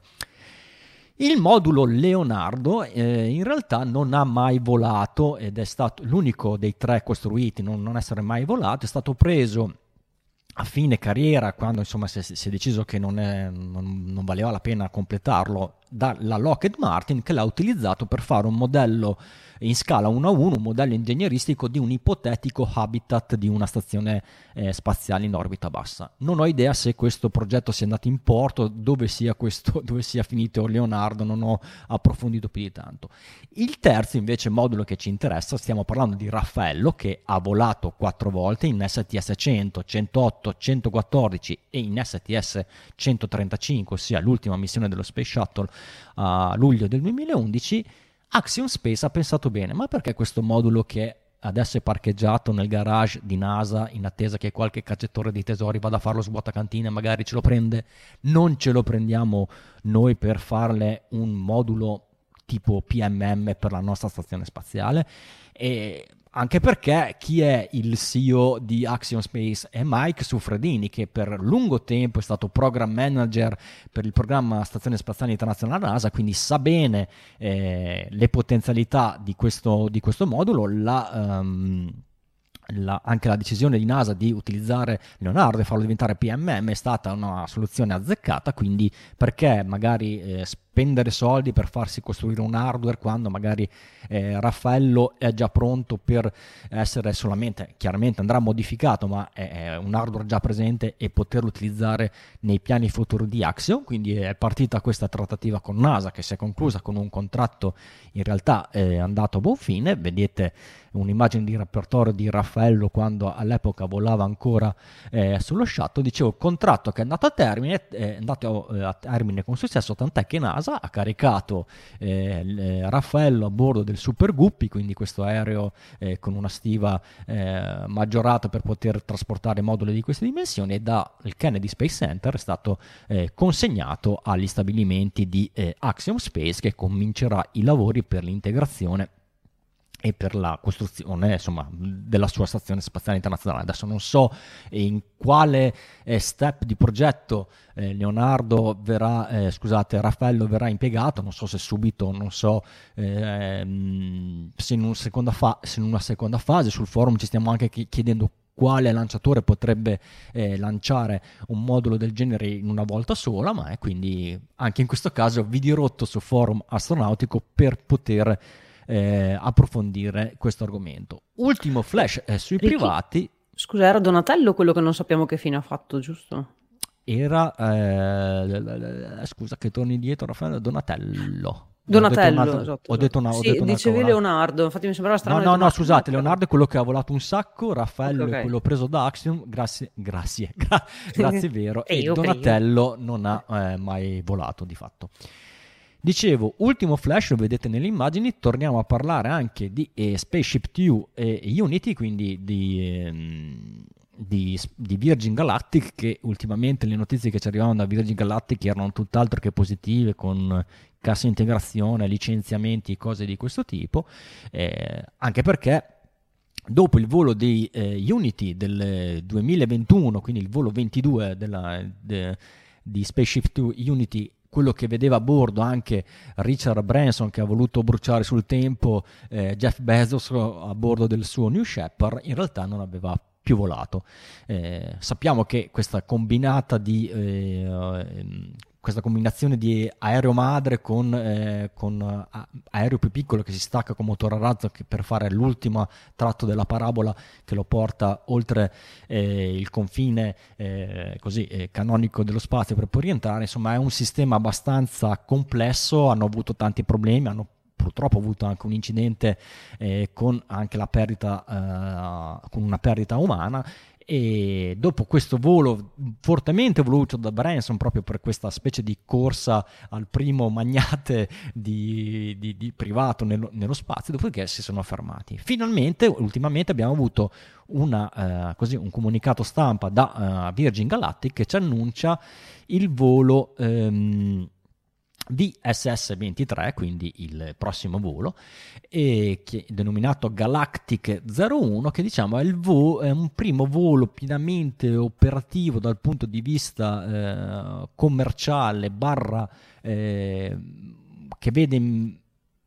S1: Il modulo Leonardo eh, in realtà non ha mai volato, ed è stato l'unico dei tre costruiti non, non essere mai volato. È stato preso a fine carriera, quando insomma si è, si è deciso che non, è, non, non valeva la pena completarlo, dalla Lockheed Martin, che l'ha utilizzato per fare un modello in scala uno a uno, un modello ingegneristico di un ipotetico habitat di una stazione eh, spaziale in orbita bassa. Non ho idea se questo progetto sia andato in porto, dove sia, questo, dove sia finito Leonardo, non ho approfondito più di tanto. Il terzo invece modulo che ci interessa, stiamo parlando di Raffaello, che ha volato quattro volte in S T S cento, centootto, centoquattordici e in S T S centotrentacinque, ossia l'ultima missione dello Space Shuttle a luglio del duemilaundici. Axiom Space ha pensato bene, ma perché questo modulo che adesso è parcheggiato nel garage di NASA in attesa che qualche cacciatore di tesori vada a farlo svuotacantine e magari ce lo prende, non ce lo prendiamo noi per farle un modulo tipo P M M per la nostra stazione spaziale? E anche perché chi è il C E O di Axiom Space è Mike Suffredini, che per lungo tempo è stato program manager per il programma Stazione Spaziale Internazionale NASA, quindi sa bene eh, le potenzialità di questo, di questo modulo. La, um, la, anche la decisione di NASA di utilizzare Leonardo e farlo diventare P M M è stata una soluzione azzeccata, quindi perché magari eh, spendere soldi per farsi costruire un hardware quando magari eh, Raffaello è già pronto per essere solamente, chiaramente andrà modificato, ma è un hardware già presente e poterlo utilizzare nei piani futuri di Axiom. Quindi è partita questa trattativa con NASA, che si è conclusa con un contratto in realtà è andato a buon fine. Vedete un'immagine di repertorio di Raffaello quando all'epoca volava ancora eh, sullo shuttle. Dicevo, contratto che è andato a termine, è andato eh, a termine con successo, tant'è che NASA ha caricato eh, Raffaello a bordo del Super Guppy, quindi questo aereo eh, con una stiva eh, maggiorata per poter trasportare moduli di queste dimensioni, e dal Kennedy Space Center è stato eh, consegnato agli stabilimenti di eh, Axiom Space, che comincerà i lavori per l'integrazione e per la costruzione, insomma, della sua stazione spaziale internazionale. Adesso non so in quale eh, step di progetto eh, Leonardo verrà, eh, scusate, Raffaello verrà impiegato, non so se subito, non so eh, se, in un seconda fa- se in una seconda fase. Sul forum ci stiamo anche chiedendo quale lanciatore potrebbe eh, lanciare un modulo del genere in una volta sola, ma è quindi anche in questo caso vi dirotto sul forum astronautico per poter Eh, approfondire questo argomento. Ultimo flash eh, sui
S4: Ricky,
S1: privati.
S4: Scusa, era Donatello quello che non sappiamo che fine ha fatto, giusto?
S1: Era eh, scusa che torni indietro, Raffaele. Donatello.
S4: Donatello,
S1: ho detto una,
S4: esatto.
S1: ho detto una,
S4: sì,
S1: ho detto una
S4: dicevi
S1: cavolata.
S4: Leonardo, infatti mi sembrava strano.
S1: No, no,
S4: detto,
S1: no,
S4: ma...
S1: scusate, Leonardo è quello che ha volato un sacco, Raffaello
S4: okay, okay.
S1: è quello preso da Axiom, grazie, grazie, gra- grazie vero,
S4: prego,
S1: e Donatello prego. non ha eh, mai volato di fatto. Dicevo, ultimo flash, lo vedete nelle immagini, torniamo a parlare anche di eh, Spaceship Two e Unity, quindi di, ehm, di, di Virgin Galactic, che ultimamente le notizie che ci arrivavano da Virgin Galactic erano tutt'altro che positive, con cassa integrazione, licenziamenti, cose di questo tipo, eh, anche perché dopo il volo di eh, Unity del duemilaventuno, quindi il volo ventidue della, de, di Spaceship Two Unity, quello che vedeva a bordo anche Richard Branson, che ha voluto bruciare sul tempo eh, Jeff Bezos a bordo del suo New Shepard, in realtà non aveva più volato. Eh, sappiamo che questa combinata di eh, questa combinazione di aereo madre con, eh, con aereo più piccolo che si stacca con motore a razzo, che per fare l'ultimo tratto della parabola che lo porta oltre eh, il confine eh, così eh, canonico dello spazio per poi rientrare, insomma è un sistema abbastanza complesso. Hanno avuto tanti problemi, hanno purtroppo avuto anche un incidente eh, con anche la perdita eh, con una perdita umana, E dopo questo volo fortemente voluto da Branson proprio per questa specie di corsa al primo magnate di, di, di privato nello, nello spazio, dopodiché si sono fermati. Finalmente, ultimamente abbiamo avuto una, uh, così, un comunicato stampa da uh, Virgin Galactic che ci annuncia il volo um, V S S ventitré, quindi il prossimo volo, e che è denominato Galactic zero uno, che diciamo è, il vo- è un primo volo pienamente operativo dal punto di vista eh, commerciale barra eh, che vede in,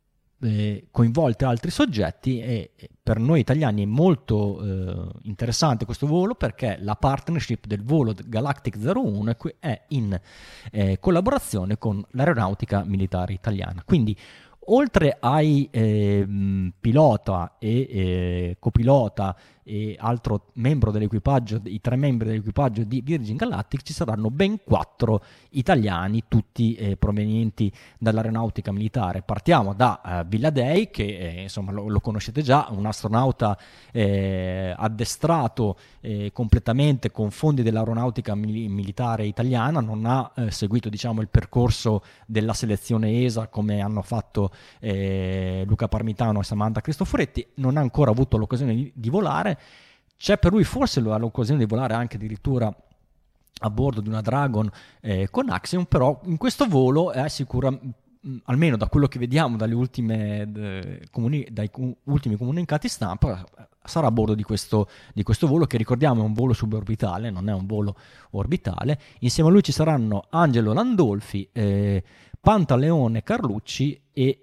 S1: eh, coinvolte altri soggetti, e per noi italiani è molto eh, interessante questo volo perché la partnership del volo Galactic zero uno è in eh, collaborazione con l'Aeronautica Militare Italiana. Quindi oltre ai eh, pilota e eh, copilota e altro membro dell'equipaggio, i tre membri dell'equipaggio di Virgin Galactic, ci saranno ben quattro italiani, tutti eh, provenienti dall'aeronautica militare. Partiamo da uh, Villadei, che eh, insomma lo, lo conoscete già, un astronauta eh, addestrato eh, completamente con fondi dell'aeronautica mil- militare italiana, non ha eh, seguito diciamo il percorso della selezione E S A come hanno fatto eh, Luca Parmitano e Samantha Cristoforetti, non ha ancora avuto l'occasione di, di volare. C'è per lui forse l'occasione di volare anche addirittura a bordo di una Dragon eh, con Axiom, però in questo volo è sicura, almeno da quello che vediamo dalle ultime, de, comuni, dai cu, ultimi comunicati stampa, sarà a bordo di questo, di questo volo, che ricordiamo è un volo suborbitale, non è un volo orbitale. Insieme a lui ci saranno Angelo Landolfi, eh, Pantaleone Carlucci e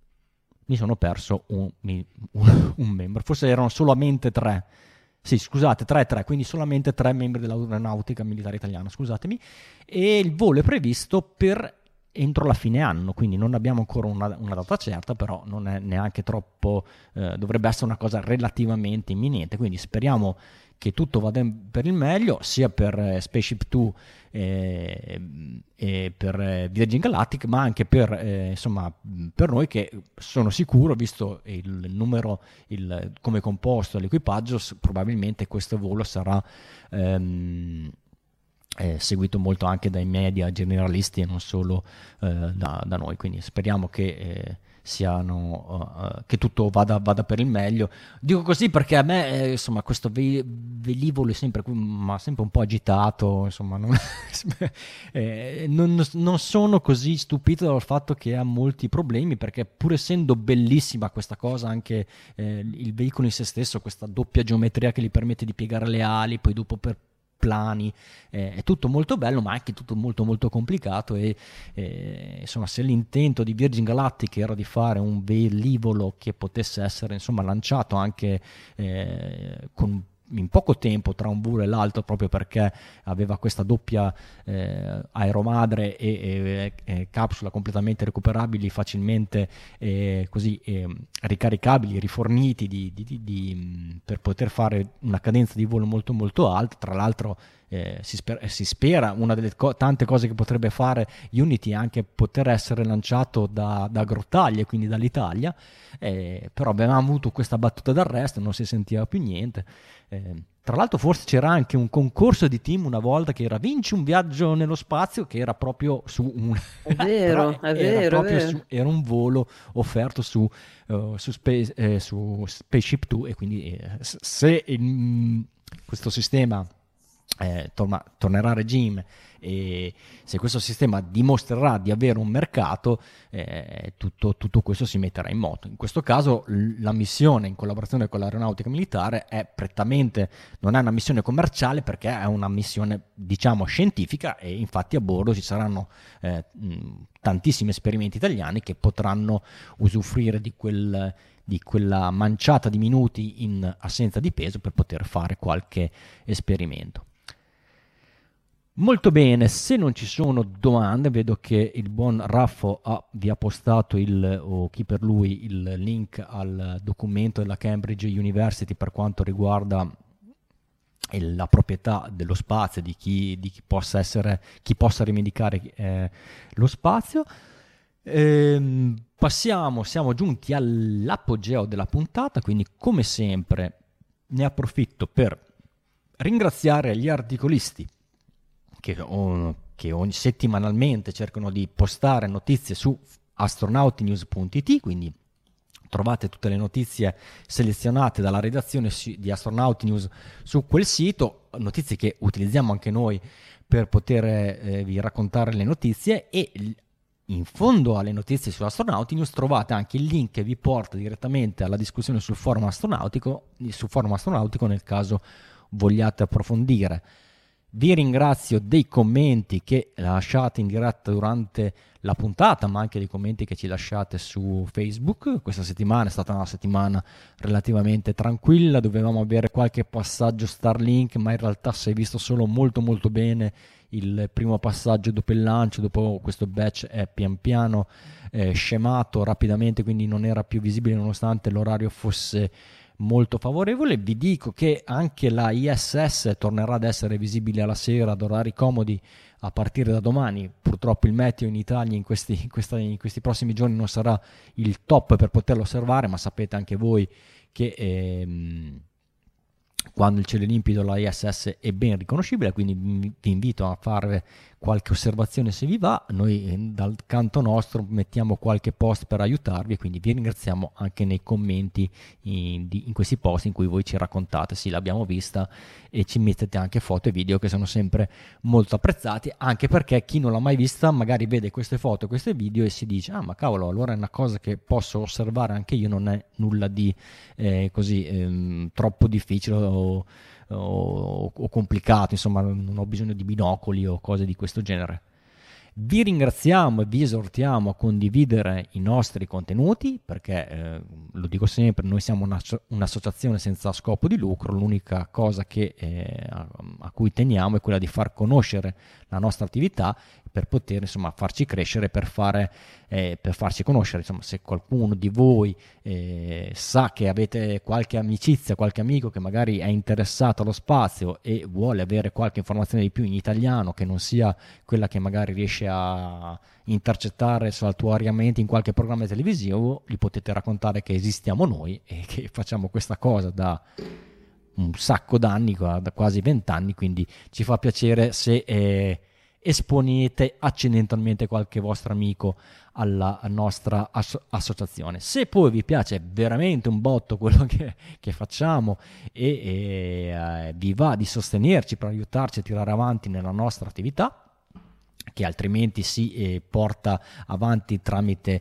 S1: mi sono perso un, un, un membro, forse erano solamente tre. Sì, scusate, tre e tre, quindi solamente tre membri dell'aeronautica militare italiana, scusatemi. E il volo è previsto per entro la fine anno, quindi non abbiamo ancora una, una data certa, però non è neanche troppo, eh, dovrebbe essere una cosa relativamente imminente, quindi speriamo che tutto vada per il meglio, sia per eh, Spaceship due eh, e per eh, Virgin Galactic, ma anche per, eh, insomma, per noi, che sono sicuro, visto il numero, il, come è composto l'equipaggio, probabilmente questo volo sarà ehm, eh, seguito molto anche dai media generalisti e non solo eh, da, da noi, quindi speriamo che eh, siano uh, che tutto vada, vada per il meglio. Dico così perché a me eh, insomma questo ve- velivolo è sempre, ma sempre un po' agitato, insomma non, eh, non, non sono così stupito dal fatto che ha molti problemi, perché pur essendo bellissima questa cosa, anche eh, il veicolo in se stesso, questa doppia geometria che gli permette di piegare le ali, poi dopo per plani, eh, è tutto molto bello, ma anche tutto molto molto complicato. E eh, insomma, se l'intento di Virgin Galactic era di fare un velivolo che potesse essere insomma lanciato anche eh, con in poco tempo tra un volo e l'altro, proprio perché aveva questa doppia eh, aeromadre e, e, e capsula completamente recuperabili, facilmente eh, così eh, ricaricabili, riforniti di, di, di, di, per poter fare una cadenza di volo molto molto alta. Tra l'altro eh, si, spera, si spera una delle co- tante cose che potrebbe fare Unity è anche poter essere lanciato da, da Grottaglie, quindi dall'Italia, eh, però avevamo avuto questa battuta d'arresto, non si sentiva più niente. Eh, tra l'altro forse c'era anche un concorso di team una volta che era vinci un viaggio nello spazio, che era proprio su un
S4: è vero, è
S1: era
S4: vero,
S1: proprio
S4: è vero.
S1: Su, era un volo offerto su, uh, su, Space, eh, su Spaceship due, e quindi eh, se il, questo sistema eh, torna, tornerà a regime, e se questo sistema dimostrerà di avere un mercato, eh, tutto, tutto questo si metterà in moto. In questo caso la missione in collaborazione con l'aeronautica militare è prettamente, non è una missione commerciale, perché è una missione diciamo scientifica, e infatti a bordo ci saranno eh, tantissimi esperimenti italiani che potranno usufruire di quel di quella manciata di minuti in assenza di peso per poter fare qualche esperimento. Molto bene, se non ci sono domande, vedo che il buon Raffo ha, vi ha postato il, o chi per lui, il link al documento della Cambridge University per quanto riguarda la proprietà dello spazio, di chi, di chi possa essere, chi possa rivendicare eh, lo spazio. Ehm, passiamo, siamo giunti all'apogeo della puntata, quindi come sempre ne approfitto per ringraziare gli articolisti che, oh, che ogni settimanalmente cercano di postare notizie su astronautinews punto it, quindi trovate tutte le notizie selezionate dalla redazione di Astronauti News su quel sito, notizie che utilizziamo anche noi per poter eh, vi raccontare le notizie, e in fondo alle notizie su Astronauti News trovate anche il link che vi porta direttamente alla discussione sul forum astronautico, sul forum astronautico nel caso vogliate approfondire. Vi ringrazio dei commenti che lasciate in diretta durante la puntata, ma anche dei commenti che ci lasciate su Facebook. Questa settimana è stata una settimana relativamente tranquilla, dovevamo avere qualche passaggio Starlink, ma in realtà si è visto solo molto molto bene il primo passaggio dopo il lancio. Dopo questo batch è pian piano eh, scemato rapidamente, quindi non era più visibile nonostante l'orario fosse molto favorevole. Vi dico che anche la I S S tornerà ad essere visibile alla sera ad orari comodi a partire da domani. Purtroppo il meteo in Italia in questi, in questa, in questi prossimi giorni non sarà il top per poterlo osservare, ma sapete anche voi che ehm, quando il cielo è limpido la I S S è ben riconoscibile, quindi vi invito a fare qualche osservazione se vi va. Noi dal canto nostro mettiamo qualche post per aiutarvi, e quindi vi ringraziamo anche nei commenti in, di, in questi post in cui voi ci raccontate sì, l'abbiamo vista, e ci mettete anche foto e video che sono sempre molto apprezzati, anche perché chi non l'ha mai vista magari vede queste foto e questi video e si dice ah ma cavolo, allora è una cosa che posso osservare anche io, non è nulla di eh, così ehm, troppo difficile o O, o complicato, insomma non ho bisogno di binocoli o cose di questo genere. Vi ringraziamo e vi esortiamo a condividere i nostri contenuti, perché eh, lo dico sempre, noi siamo una, un'associazione senza scopo di lucro. L'unica cosa che, eh, a, a cui teniamo è quella di far conoscere la nostra attività per poter insomma farci crescere, per fare eh, per farci conoscere. Insomma, se qualcuno di voi eh, sa che avete qualche amicizia, qualche amico che magari è interessato allo spazio e vuole avere qualche informazione di più in italiano che non sia quella che magari riesce a intercettare saltuariamente in qualche programma televisivo, gli potete raccontare che esistiamo noi e che facciamo questa cosa da un sacco d'anni, da quasi vent'anni, quindi ci fa piacere se eh, esponete accidentalmente qualche vostro amico alla nostra asso- associazione. Se poi vi piace veramente un botto quello che, che facciamo e, e eh, vi va di sostenerci per aiutarci a tirare avanti nella nostra attività, che altrimenti si eh, porta avanti tramite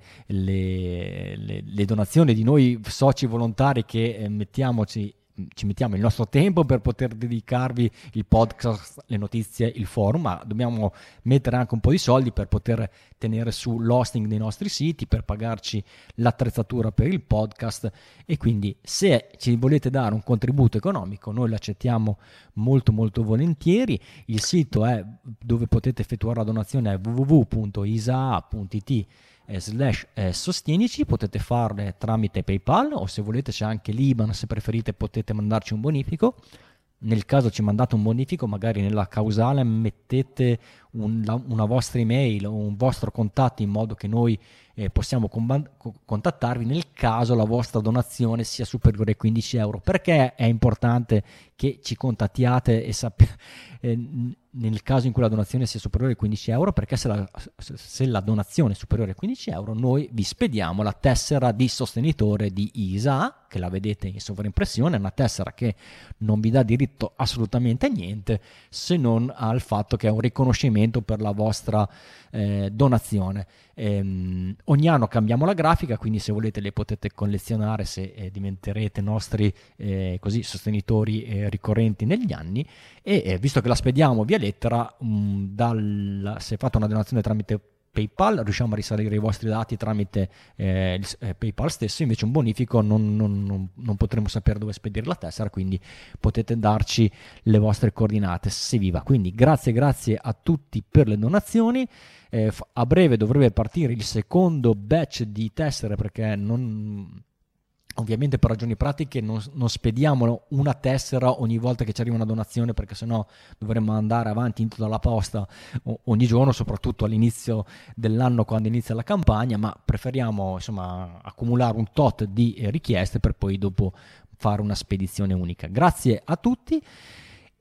S1: le, le, le donazioni di noi soci volontari che eh, mettiamoci ci mettiamo il nostro tempo per poter dedicarvi il podcast, le notizie, il forum, ma dobbiamo mettere anche un po' di soldi per poter tenere su l'hosting dei nostri siti, per pagarci l'attrezzatura per il podcast, e quindi se ci volete dare un contributo economico noi lo accettiamo molto molto volentieri. Il sito è dove potete effettuare la donazione è w w w punto i s a a punto i t slash sostienici. Potete farle tramite PayPal, o se volete c'è anche l'I B A N, se preferite potete mandarci un bonifico. Nel caso ci mandate un bonifico, magari nella causale mettete un, la, una vostra email o un vostro contatto in modo che noi eh, possiamo comba- contattarvi nel caso la vostra donazione sia superiore ai quindici euro. Perché è importante che ci contattiate e sappiate eh, nel caso in cui la donazione sia superiore ai quindici euro? Perché se la, se la donazione è superiore ai quindici euro noi vi spediamo la tessera di sostenitore di I S A, che la vedete in sovraimpressione. È una tessera che non vi dà diritto assolutamente a niente, se non al fatto che è un riconoscimento per la vostra eh, donazione. Ehm, ogni anno cambiamo la grafica, quindi se volete le potete collezionare se eh, diventerete nostri eh, così sostenitori eh, ricorrenti negli anni. E eh, visto che la spediamo via lettera, mh, dal, se fate una donazione tramite PayPal riusciamo a risalire i vostri dati tramite eh, il, eh, PayPal stesso. Invece un bonifico non, non, non, non potremo sapere dove spedire la tessera, quindi potete darci le vostre coordinate se vi va. Quindi grazie grazie a tutti per le donazioni. Eh, a breve dovrebbe partire il secondo batch di tessere, perché non... ovviamente per ragioni pratiche non, non spediamo una tessera ogni volta che ci arriva una donazione, perché sennò dovremmo andare avanti in tutta la posta ogni giorno, soprattutto all'inizio dell'anno quando inizia la campagna, ma preferiamo insomma accumulare un tot di richieste per poi dopo fare una spedizione unica. Grazie a tutti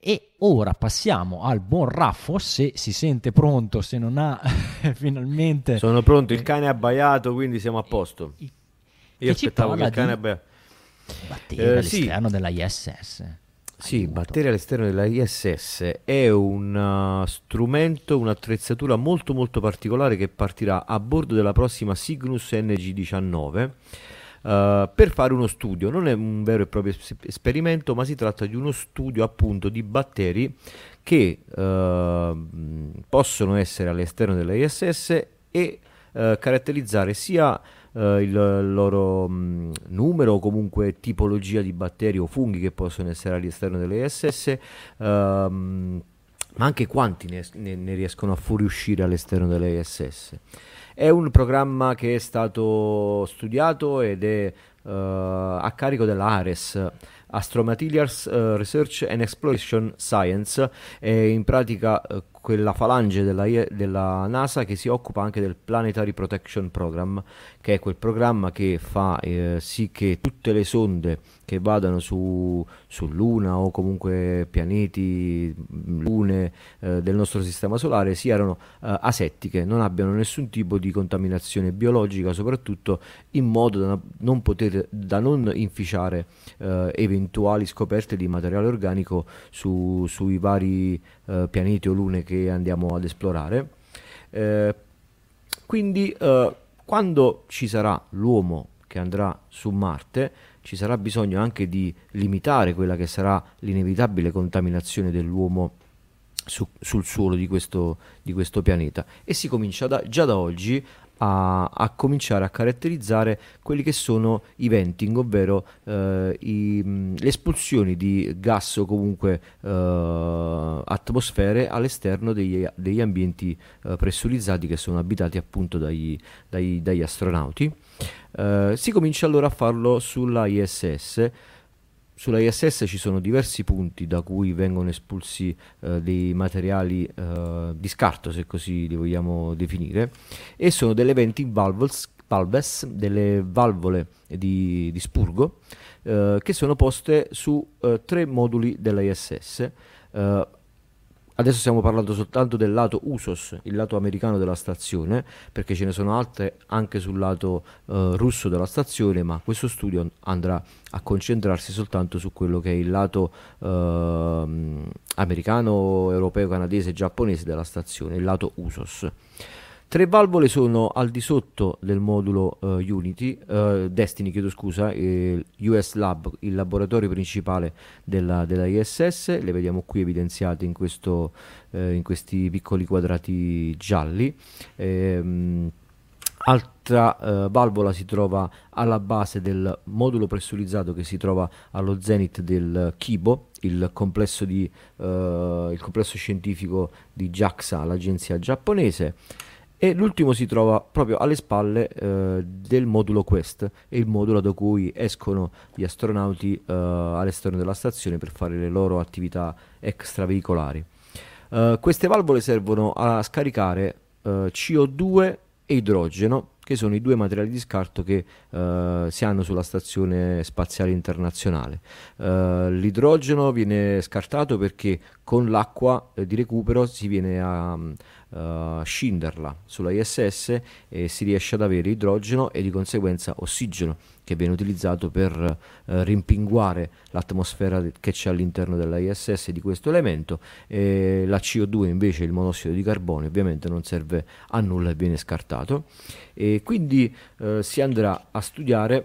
S1: E ora passiamo al buon Raffo, se si sente pronto, se non ha finalmente...
S3: Sono pronto, il cane è abbaiato, quindi siamo a posto.
S1: Io
S3: Io aspettavo che il cane abbaiato.
S1: Batteria
S3: Eh,
S1: all'esterno
S3: sì.
S1: della I S S.
S3: Sì,
S1: Aiuto.
S3: batteria all'esterno della I S S è un uh, strumento, un'attrezzatura molto molto particolare che partirà a bordo della prossima Cygnus N G diciannove uh, per fare uno studio. Non è un vero e proprio es- esperimento, ma si tratta di uno studio appunto di batteri che uh, possono essere all'esterno della I S S e uh, caratterizzare sia Uh, il loro mh, numero o comunque tipologia di batteri o funghi che possono essere all'esterno delle I S S, uh, ma anche quanti ne, ne, ne riescono a fuoriuscire all'esterno delle I S S. È un programma che è stato studiato ed è uh, a carico dell'ARES, Astromaterials uh, Research and Exploration Science, è in pratica uh, quella falange della, della NASA che si occupa anche del Planetary Protection Program, che è quel programma che fa eh, sì che tutte le sonde che vadano su, su Luna o comunque pianeti, lune eh, del nostro sistema solare siano eh, asettiche, non abbiano nessun tipo di contaminazione biologica, soprattutto in modo da non poter da non inficiare eh, eventuali scoperte di materiale organico su, sui vari eh, pianeti o lune che andiamo ad esplorare. Eh, quindi eh, quando ci sarà l'uomo che andrà su Marte, ci sarà bisogno anche di limitare quella che sarà l'inevitabile contaminazione dell'uomo su, sul suolo di questo, di questo pianeta, e si comincia da, già da oggi a, a cominciare a caratterizzare quelli che sono i venting, ovvero eh, i, mh, le espulsioni di gas o comunque eh, atmosfere all'esterno degli, degli ambienti eh, pressurizzati che sono abitati appunto dagli, dagli, dagli astronauti. Uh, si comincia allora a farlo sulla I S S. Sulla I S S ci sono diversi punti da cui vengono espulsi uh, dei materiali uh, di scarto, se così li vogliamo definire, e sono delle venting valves, valves delle valvole di, di spurgo uh, che sono poste su uh, tre moduli della I S S. Uh, Adesso stiamo parlando soltanto del lato U S O S, il lato americano della stazione, perché ce ne sono altre anche sul lato eh, russo della stazione, ma questo studio andrà a concentrarsi soltanto su quello che è il lato eh, americano, europeo, canadese, giapponese della stazione, il lato U S O S. Tre valvole sono al di sotto del modulo uh, Unity, uh, Destiny, chiedo scusa, eh, U S Lab, il laboratorio principale della, della I S S, le vediamo qui evidenziate in, questo, eh, in questi piccoli quadrati gialli. Ehm, altra uh, valvola si trova alla base del modulo pressurizzato che si trova allo zenith del Kibo, il complesso, di, uh, il complesso scientifico di JAXA, l'agenzia giapponese. E l'ultimo si trova proprio alle spalle eh, del modulo Quest, è il modulo da cui escono gli astronauti eh, all'esterno della stazione per fare le loro attività extraveicolari. Uh, queste valvole servono a scaricare uh, C O due e idrogeno, che sono i due materiali di scarto che uh, si hanno sulla stazione spaziale internazionale. Uh, l'idrogeno viene scartato perché con l'acqua eh, di recupero si viene a uh, scinderla sulla I S S e si riesce ad avere idrogeno e di conseguenza ossigeno, che viene utilizzato per uh, rimpinguare l'atmosfera che c'è all'interno della I S S di questo elemento. E la C O due invece, il monossido di carbonio, ovviamente non serve a nulla e viene scartato. E quindi uh, si andrà a studiare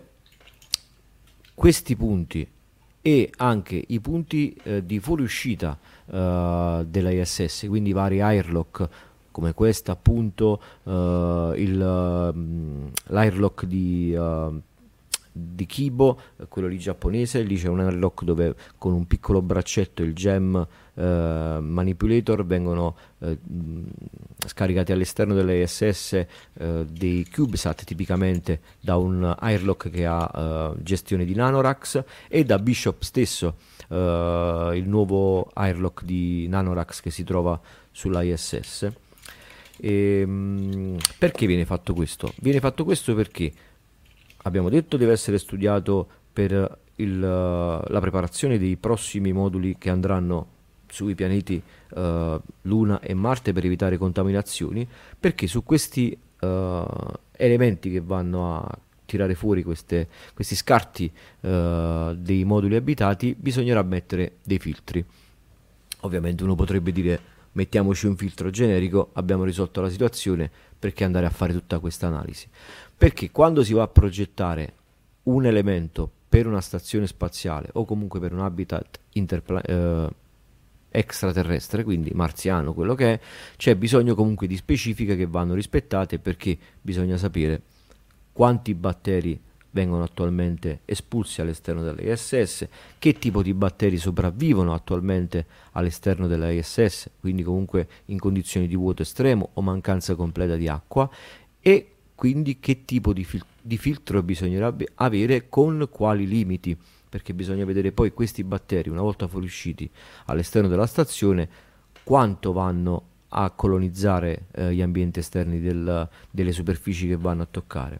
S3: questi punti e anche i punti uh, di fuoriuscita uh, della I S S, quindi vari airlock come questa appunto, uh, il, uh, l'airlock di, uh, di Kibo, quello lì giapponese. Lì c'è un airlock dove con un piccolo braccetto, il gem uh, manipulator, vengono uh, scaricati all'esterno delle I S S uh, dei CubeSat, tipicamente da un airlock che ha uh, gestione di Nanoracks, e da Bishop stesso, uh, il nuovo airlock di Nanoracks che si trova sulla I S S. E, mh, perché viene fatto questo? Viene fatto questo perché abbiamo detto deve essere studiato per il, la preparazione dei prossimi moduli che andranno sui pianeti uh, Luna e Marte per evitare contaminazioni, perché su questi uh, elementi che vanno a tirare fuori queste, questi scarti uh, dei moduli abitati bisognerà mettere dei filtri. Ovviamente uno potrebbe dire mettiamoci un filtro generico, abbiamo risolto la situazione, perché andare a fare tutta questa analisi? Perché quando si va a progettare un elemento per una stazione spaziale o comunque per un habitat interpla- eh, extraterrestre, quindi marziano, quello che è, c'è bisogno comunque di specifiche che vanno rispettate, perché bisogna sapere quanti batteri vengono attualmente espulsi all'esterno dell'I S S, che tipo di batteri sopravvivono attualmente all'esterno dell'I S S, quindi comunque in condizioni di vuoto estremo o mancanza completa di acqua, e quindi che tipo di, fil- di filtro bisognerebbe avere, con quali limiti, perché bisogna vedere poi questi batteri, una volta fuoriusciti all'esterno della stazione, quanto vanno a colonizzare eh, gli ambienti esterni del, delle superfici che vanno a toccare.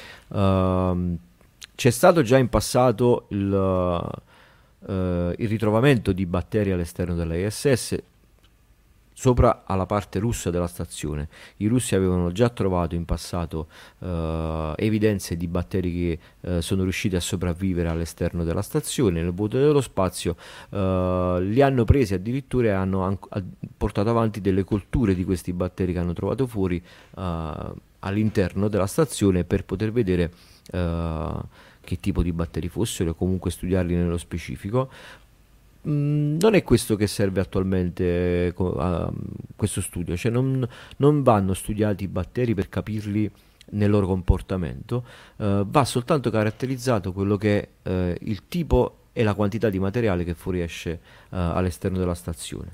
S3: Uh, c'è stato già in passato il, uh, il ritrovamento di batteri all'esterno dell'I S S sopra alla parte russa della stazione. I russi avevano già trovato in passato uh, evidenze di batteri che uh, sono riusciti a sopravvivere all'esterno della stazione. Nel vuoto dello spazio uh, li hanno presi addirittura e hanno an- portato avanti delle colture di questi batteri che hanno trovato fuori uh, all'interno della stazione, per poter vedere uh, che tipo di batteri fossero e comunque studiarli nello specifico. Mm, non è questo che serve attualmente uh, questo studio, cioè non, non vanno studiati i batteri per capirli nel loro comportamento, uh, va soltanto caratterizzato quello che è uh, il tipo e la quantità di materiale che fuoriesce uh, all'esterno della stazione.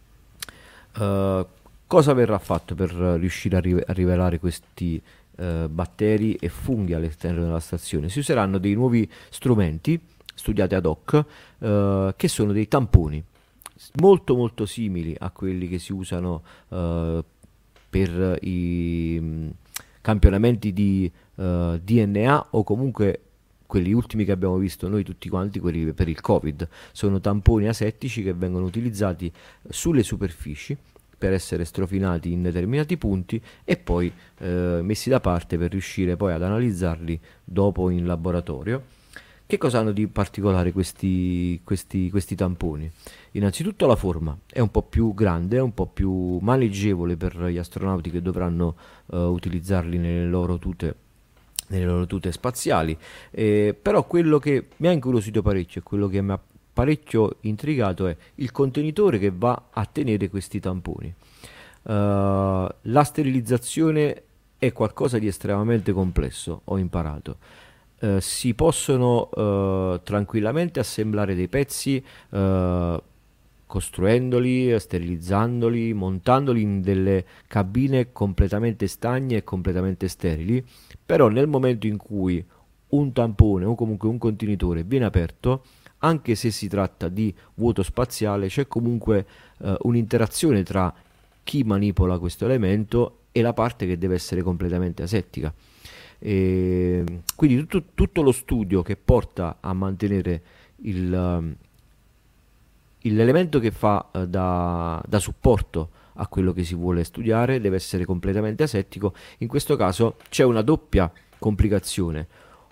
S3: Uh, Cosa verrà fatto per riuscire a, ri- a rivelare questi uh, batteri e funghi all'esterno della stazione? Si useranno dei nuovi strumenti studiati ad hoc, uh, che sono dei tamponi molto molto simili a quelli che si usano uh, per i mh, campionamenti di uh, D N A, o comunque quelli ultimi che abbiamo visto noi tutti quanti, quelli per il Covid. Sono tamponi asettici che vengono utilizzati sulle superfici per essere strofinati in determinati punti e poi eh, messi da parte per riuscire poi ad analizzarli dopo in laboratorio. Che cosa hanno di particolare questi, questi, questi tamponi? Innanzitutto la forma è un po' più grande, è un po' più maneggevole per gli astronauti che dovranno eh, utilizzarli nelle loro tute nelle loro tute spaziali, eh, però quello che mi ha incuriosito parecchio e quello che mi ha parecchio intrigato è il contenitore che va a tenere questi tamponi. Uh, la sterilizzazione è qualcosa di estremamente complesso, ho imparato. Uh, si possono uh, tranquillamente assemblare dei pezzi uh, costruendoli, sterilizzandoli, montandoli in delle cabine completamente stagne e completamente sterili, però nel momento in cui un tampone o comunque un contenitore viene aperto, anche se si tratta di vuoto spaziale, c'è comunque uh, un'interazione tra chi manipola questo elemento e la parte che deve essere completamente asettica. E quindi tutto, tutto lo studio che porta a mantenere il, uh, l'elemento che fa uh, da, da supporto a quello che si vuole studiare deve essere completamente asettico. In questo caso c'è una doppia complicazione.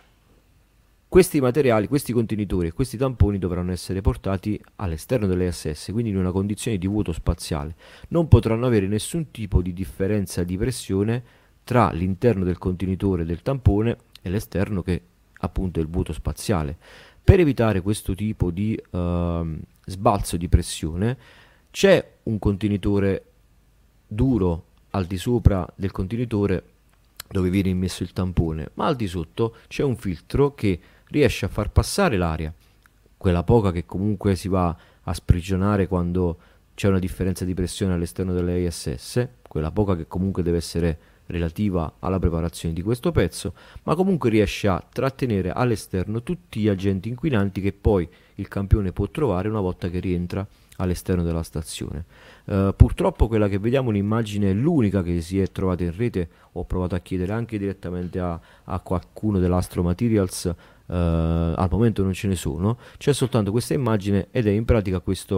S3: Questi materiali, questi contenitori e questi tamponi dovranno essere portati all'esterno dell'I S S, quindi in una condizione di vuoto spaziale. Non potranno avere nessun tipo di differenza di pressione tra l'interno del contenitore del tampone e l'esterno, che appunto è il vuoto spaziale. Per evitare questo tipo di uh, sbalzo di pressione c'è un contenitore duro al di sopra del contenitore dove viene immesso il tampone, ma al di sotto c'è un filtro che riesce a far passare l'aria, quella poca che comunque si va a sprigionare quando c'è una differenza di pressione all'esterno dell'I S S, quella poca che comunque deve essere relativa alla preparazione di questo pezzo, ma comunque riesce a trattenere all'esterno tutti gli agenti inquinanti che poi il campione può trovare una volta che rientra all'esterno della stazione. Uh, purtroppo quella che vediamo in immagine è l'unica che si è trovata in rete. Ho provato a chiedere anche direttamente a, a qualcuno dell'Astro Materials, uh, al momento non ce ne sono, c'è soltanto questa immagine ed è in pratica questo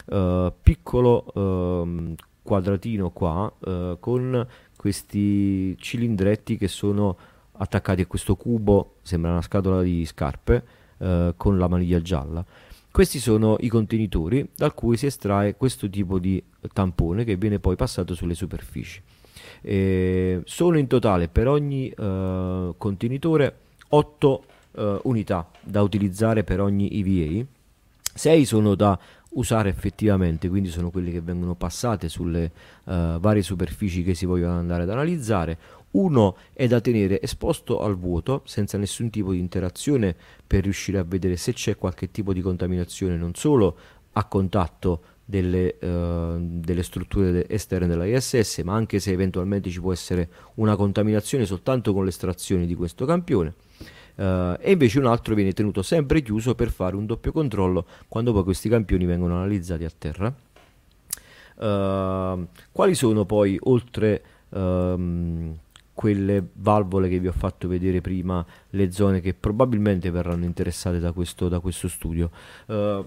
S3: uh, piccolo uh, quadratino qua uh, con questi cilindretti che sono attaccati a questo cubo, sembra una scatola di scarpe uh, con la maniglia gialla. Questi sono i contenitori dal cui si estrae questo tipo di tampone che viene poi passato sulle superfici. E sono in totale per ogni uh, contenitore otto uh, unità da utilizzare per ogni E V A. sei sono da usare effettivamente, quindi sono quelli che vengono passate sulle uh, varie superfici che si vogliono andare ad analizzare. Uno è da tenere esposto al vuoto senza nessun tipo di interazione per riuscire a vedere se c'è qualche tipo di contaminazione, non solo a contatto delle, uh, delle strutture esterne della I S S, ma anche se eventualmente ci può essere una contaminazione soltanto con l'estrazione di questo campione. Uh, e invece un altro viene tenuto sempre chiuso per fare un doppio controllo quando poi questi campioni vengono analizzati a terra. Uh, quali sono poi, oltre um, quelle valvole che vi ho fatto vedere prima, le zone che probabilmente verranno interessate da questo, da questo studio? Uh,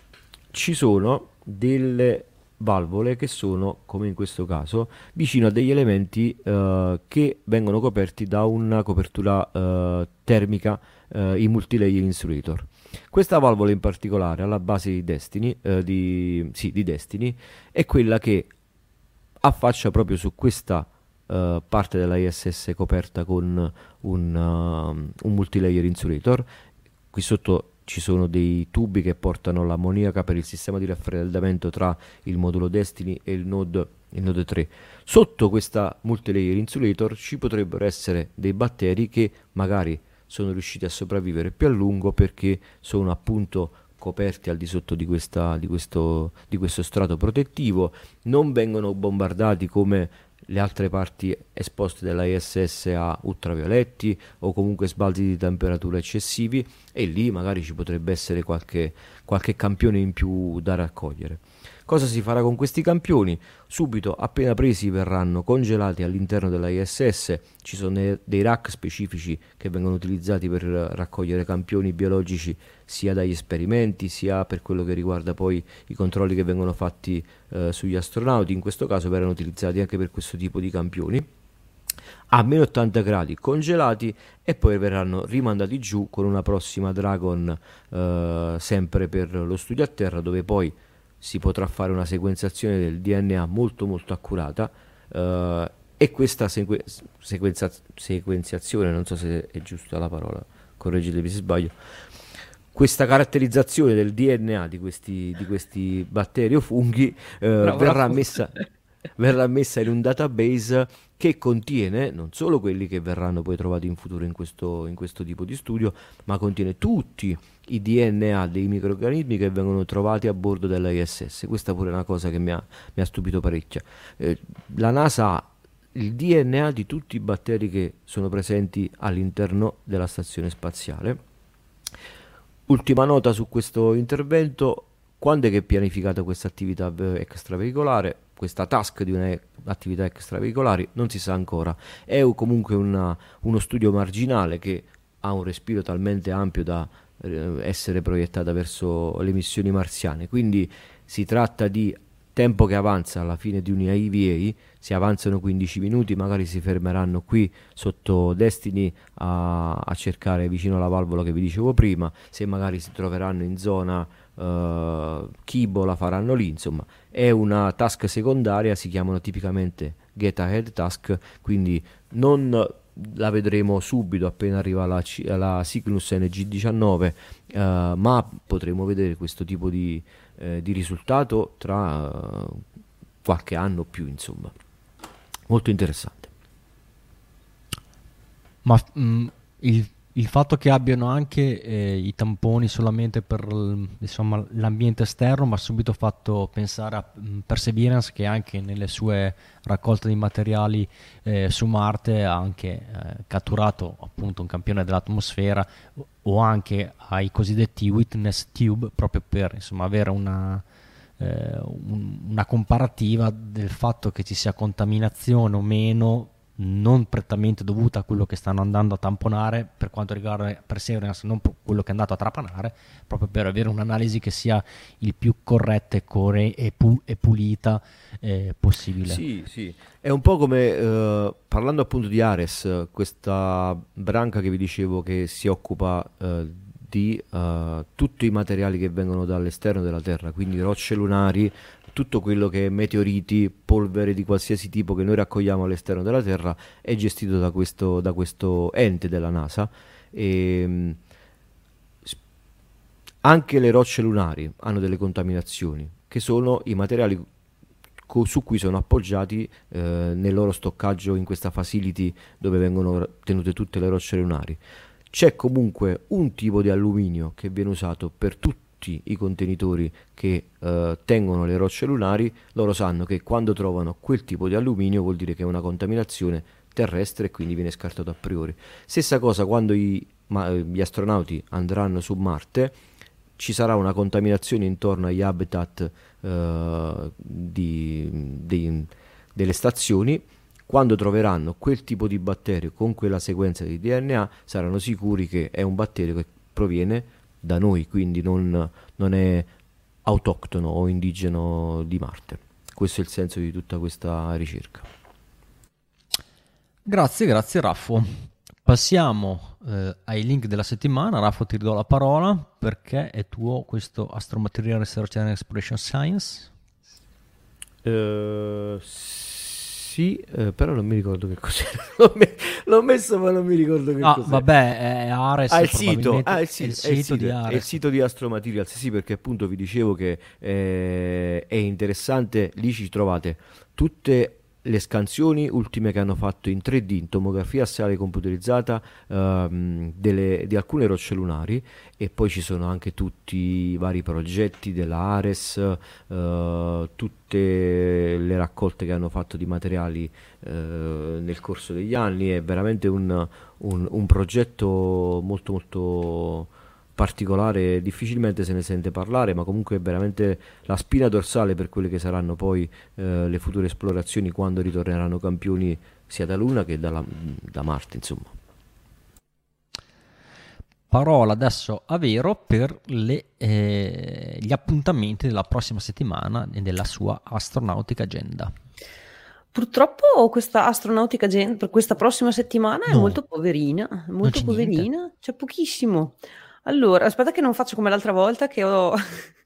S3: ci sono delle valvole che sono, come in questo caso, vicino a degli elementi uh, che vengono coperti da una copertura uh, termica, uh, i multilayer insulator. Questa valvola in particolare, alla base di Destiny, uh, di, sì, di Destiny, è quella che affaccia proprio su questa uh, parte della I S S coperta con un, uh, un multilayer insulator. Qui sotto ci sono dei tubi che portano l'ammoniaca per il sistema di raffreddamento tra il modulo Destiny e il node, il node tre. Sotto questa multilayer insulator ci potrebbero essere dei batteri che magari sono riusciti a sopravvivere più a lungo perché sono appunto coperti al di sotto di, questa, di, questo, di questo strato protettivo, non vengono bombardati come le altre parti esposte della I S S a ultravioletti o comunque sbalzi di temperatura eccessivi, e lì magari ci potrebbe essere qualche, qualche campione in più da raccogliere. Cosa si farà con questi campioni? Subito, appena presi, verranno congelati all'interno della I S S. Ci sono dei rack specifici che vengono utilizzati per raccogliere campioni biologici sia dagli esperimenti sia per quello che riguarda poi i controlli che vengono fatti eh, sugli astronauti. In questo caso verranno utilizzati anche per questo tipo di campioni a meno ottanta gradi congelati, e poi verranno rimandati giù con una prossima Dragon eh, sempre per lo studio a terra, dove poi si potrà fare una sequenziazione del D N A molto molto accurata, uh, e questa sequ- sequenza- sequenziazione, non so se è giusta la parola, correggetemi se sbaglio, questa caratterizzazione del D N A di questi, di questi batteri o funghi uh, verrà messa, verrà messa in un database che contiene non solo quelli che verranno poi trovati in futuro in questo, in questo tipo di studio, ma contiene tutti i D N A dei microrganismi che vengono trovati a bordo della I S S. Questa pure è una cosa che mi ha, mi ha stupito parecchio. Eh, la NASA ha il D N A di tutti i batteri che sono presenti all'interno della stazione spaziale. Ultima nota su questo intervento: quando è che è pianificata questa attività extraveicolare, questa task di un'attività extraveicolare, non si sa ancora. È comunque una, uno studio marginale che ha un respiro talmente ampio da essere proiettata verso le missioni marziane, quindi si tratta di tempo che avanza. Alla fine di una I V A si avanzano quindici minuti, magari si fermeranno qui sotto Destiny a, a cercare vicino alla valvola che vi dicevo prima, se magari si troveranno in zona uh, Kibo la faranno lì, insomma è una task secondaria, si chiamano tipicamente get ahead task, quindi non la vedremo subito appena arriva la, C- la Cygnus N G diciannove, uh, ma potremo vedere questo tipo di, eh, di risultato tra uh, qualche anno o più, insomma. Molto interessante.
S1: Ma mh, il, il fatto che abbiano anche eh, i tamponi solamente per insomma, l'ambiente esterno mi ha subito fatto pensare a mh, Perseverance, che anche nelle sue raccolte di materiali eh, su Marte ha anche eh, catturato appunto un campione dell'atmosfera, o, o anche ai cosiddetti witness tube, proprio per insomma avere una, eh, un, una comparativa del fatto che ci sia contaminazione o meno non prettamente dovuta a quello che stanno andando a tamponare per quanto riguarda Perseverance, non quello che è andato a trapanare, proprio per avere un'analisi che sia il più corretta e, core- e, pu- e pulita eh, possibile.
S3: Sì, sì, è un po' come eh, parlando appunto di Ares, questa branca che vi dicevo che si occupa eh, di eh, tutti i materiali che vengono dall'esterno della Terra, quindi rocce lunari, tutto quello che è meteoriti, polvere di qualsiasi tipo che noi raccogliamo all'esterno della Terra è gestito da questo, da questo ente della NASA. E, mh, s- anche le rocce lunari hanno delle contaminazioni, che sono i materiali co- su cui sono appoggiati eh, nel loro stoccaggio in questa facility dove vengono r- tenute tutte le rocce lunari. C'è comunque un tipo di alluminio che viene usato per tutti i contenitori che eh, tengono le rocce lunari. Loro sanno che quando trovano quel tipo di alluminio vuol dire che è una contaminazione terrestre e quindi viene scartato a priori. Stessa cosa quando i, ma, gli astronauti andranno su Marte, ci sarà una contaminazione intorno agli habitat eh, di, di, delle stazioni. Quando troveranno quel tipo di batterio con quella sequenza di D N A saranno sicuri che è un batterio che proviene da noi, quindi non, non è autoctono o indigeno di Marte. Questo è il senso di tutta questa ricerca.
S1: Grazie, grazie Raffo. Passiamo eh, ai link della settimana. Raffo, ti ridò la parola perché è tuo questo Astromaterial Research and Exploration Science.
S3: Uh, sì, eh, però non mi ricordo che cos'era. L'ho, me- l'ho messo ma non mi ricordo che
S1: Ah,
S3: cos'era.
S1: vabbè, è Ares.
S3: Ah, il sito,
S1: probabilmente
S3: ah, il
S1: è
S3: sito,
S1: il
S3: è il
S1: sito di
S3: sito, è il
S1: Ares.
S3: sito di Astromaterials, sì, perché appunto vi dicevo che eh, è interessante, lì ci trovate tutte le scansioni ultime che hanno fatto in tre D, in tomografia astrale computerizzata ehm, delle- di alcune rocce lunari, e poi ci sono anche tutti i vari progetti della Ares, eh, tutte le raccolte che hanno fatto di materiali eh, nel corso degli anni. È veramente un, un- un progetto molto molto particolare, difficilmente se ne sente parlare, ma comunque è veramente la spina dorsale per quelle che saranno poi eh, le future esplorazioni quando ritorneranno campioni sia da Luna che dalla- da Marte, insomma.
S1: Parola adesso a Vero per le, eh, gli appuntamenti della prossima settimana e della sua astronautica agenda.
S4: Purtroppo questa astronautica agenda per questa prossima settimana è
S1: No.
S4: molto poverina, molto
S1: c'è
S4: poverina, c'è pochissimo. Allora, aspetta che non faccio come l'altra volta che ho,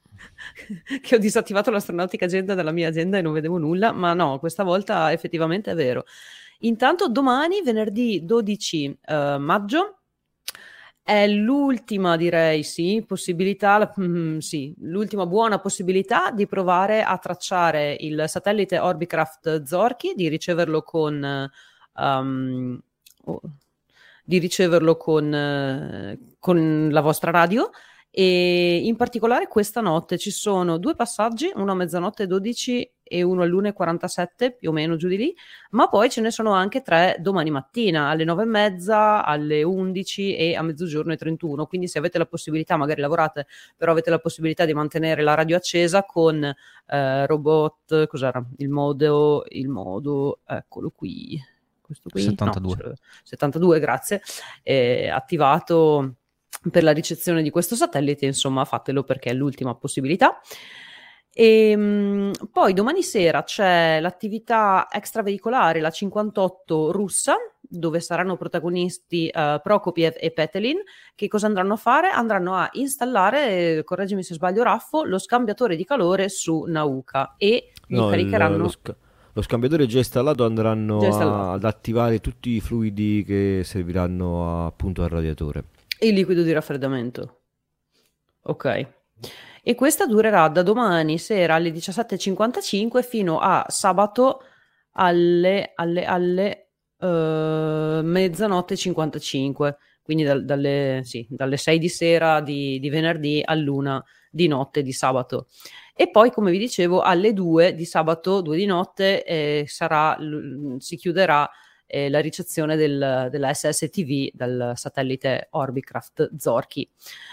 S4: che ho disattivato l'astronautica agenda dalla mia agenda e non vedevo nulla, ma no, questa volta effettivamente è vero. Intanto domani, venerdì dodici eh, maggio, è l'ultima, direi, sì, possibilità, la- mm, sì, l'ultima buona possibilità di provare a tracciare il satellite Orbicraft Zorky, di riceverlo con, um, oh, di riceverlo con, eh, con la vostra radio. E in particolare questa notte ci sono due passaggi, uno a mezzanotte e dodici e uno all'una e quarantasette, più o meno giù di lì, ma poi ce ne sono anche tre domani mattina, alle nove e mezza, alle undici e a mezzogiorno e trentuno. Quindi se avete la possibilità, magari lavorate, però avete la possibilità di mantenere la radio accesa con eh, robot, cos'era? Il modo, il modo, eccolo qui, questo qui,
S1: settantadue.
S4: no, settantadue, grazie, è attivato per la ricezione di questo satellite. Insomma, fatelo perché è l'ultima possibilità. E mh, poi domani sera c'è l'attività extraveicolare, la cinquantotto russa, dove saranno protagonisti uh, Prokopiev e Petelin. Che cosa andranno a fare? Andranno a installare, eh, correggimi se sbaglio Raffo, lo scambiatore di calore su Nauka e gli
S3: No, il-
S4: caricheranno...
S3: lo, sca- lo scambiatore è già installato, andranno
S4: Già
S3: a-
S4: installato.
S3: ad attivare tutti i fluidi che serviranno a- appunto al radiatore.
S4: Il liquido di raffreddamento. Ok. E questa durerà da domani sera alle diciassette e cinquantacinque fino a sabato alle, alle, alle eh, mezzanotte e cinquantacinque. Quindi dal- dalle, sì, dalle sei di sera di, di venerdì all'una di notte di sabato. E poi, come vi dicevo, alle due di sabato, due di notte, eh, sarà, l- si chiuderà eh, la ricezione del, della S S T V dal satellite Orbicraft Zorky.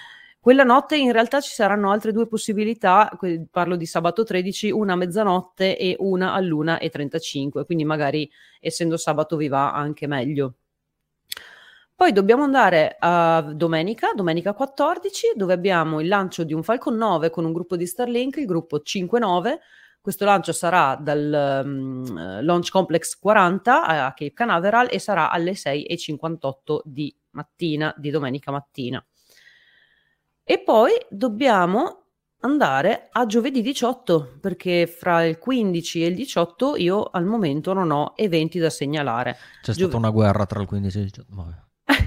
S4: Quella notte in realtà ci saranno altre due possibilità, parlo di sabato tredici, una a mezzanotte e una all'una e trentacinque, quindi magari essendo sabato vi va anche meglio. Poi dobbiamo andare a domenica, domenica quattordici, dove abbiamo il lancio di un Falcon nove con un gruppo di Starlink, il gruppo cinque nove. Questo lancio sarà dal um, Launch Complex quaranta a Cape Canaveral e sarà alle sei e cinquantotto di mattina, di domenica mattina. E poi dobbiamo andare a giovedì diciotto, perché fra il quindici e il diciotto io al momento non ho eventi da segnalare.
S1: C'è
S4: Giove...
S1: stata una guerra tra il quindici e il diciotto. Vabbè.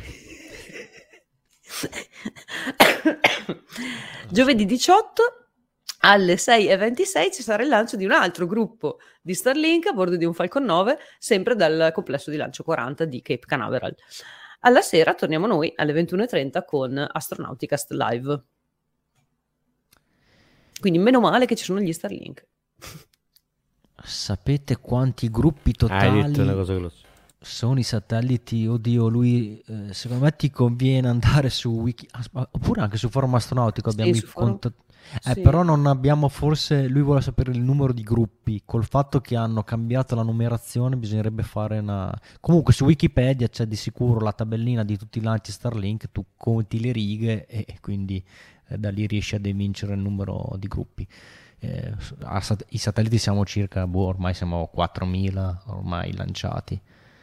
S4: Giovedì diciotto alle sei e ventisei ci sarà il lancio di un altro gruppo di Starlink a bordo di un Falcon nove, sempre dal complesso di lancio quaranta di Cape Canaveral. Alla sera torniamo noi alle ventuno e trenta con Astronauticast Live. Quindi meno male che ci sono gli Starlink.
S1: Sapete quanti gruppi totali
S3: Hai detto una cosa grossa.
S1: sono i satelliti? Oddio, lui eh, secondo me ti conviene andare su Wiki, oppure anche su Forum Astronautico abbiamo
S4: sì,
S1: i contat- eh,
S4: sì.
S1: Però non abbiamo, forse lui vuole sapere il numero di gruppi. Col fatto che hanno cambiato la numerazione bisognerebbe fare una... Comunque su Wikipedia c'è di sicuro la tabellina di tutti i lanci Starlink, tu conti le righe e, e quindi eh, da lì riesci ad evincere il numero di gruppi. Eh, sat- i satelliti siamo circa, boh, ormai siamo quattromila ormai lanciati.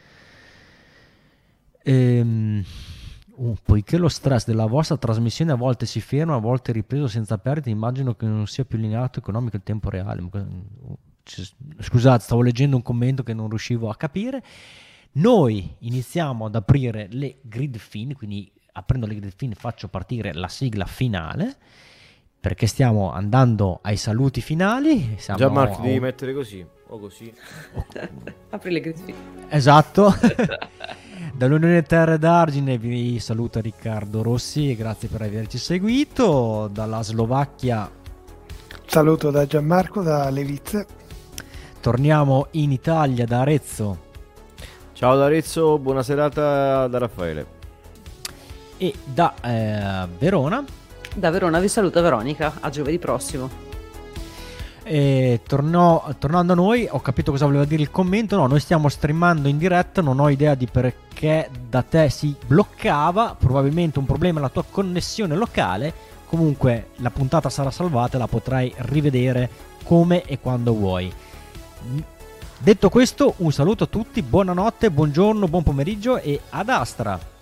S1: Ehm, uh, poiché lo stress della vostra trasmissione a volte si ferma, a volte è ripreso senza perdite, immagino che non sia più lineato economico in tempo reale. Scusate, stavo leggendo un commento che non riuscivo a capire. Noi iniziamo ad aprire le grid fin, quindi aprendo le grid fin faccio partire la sigla finale, perché stiamo andando ai saluti finali. Siamo
S3: Gianmarco,
S1: a...
S3: devi mettere così o così.
S4: Apri le grid fin.
S1: Esatto. Dall'Unione Terre d'Argine vi saluta Riccardo Rossi e grazie per averci seguito. Dalla Slovacchia
S2: saluto da Gianmarco da Levizze.
S1: Torniamo in Italia da Arezzo.
S3: Ciao da Arezzo, buona serata da Raffaele.
S1: E da eh, Verona.
S4: Da Verona vi saluta Veronica, a giovedì prossimo.
S1: E tornò, tornando a noi, ho capito cosa voleva dire il commento. No, noi stiamo streamando in diretta, non ho idea di perché da te si bloccava, probabilmente un problema alla tua connessione locale. Comunque la puntata sarà salvata, la potrai rivedere come e quando vuoi. Detto questo, un saluto a tutti, buonanotte, buongiorno, buon pomeriggio e ad Astra.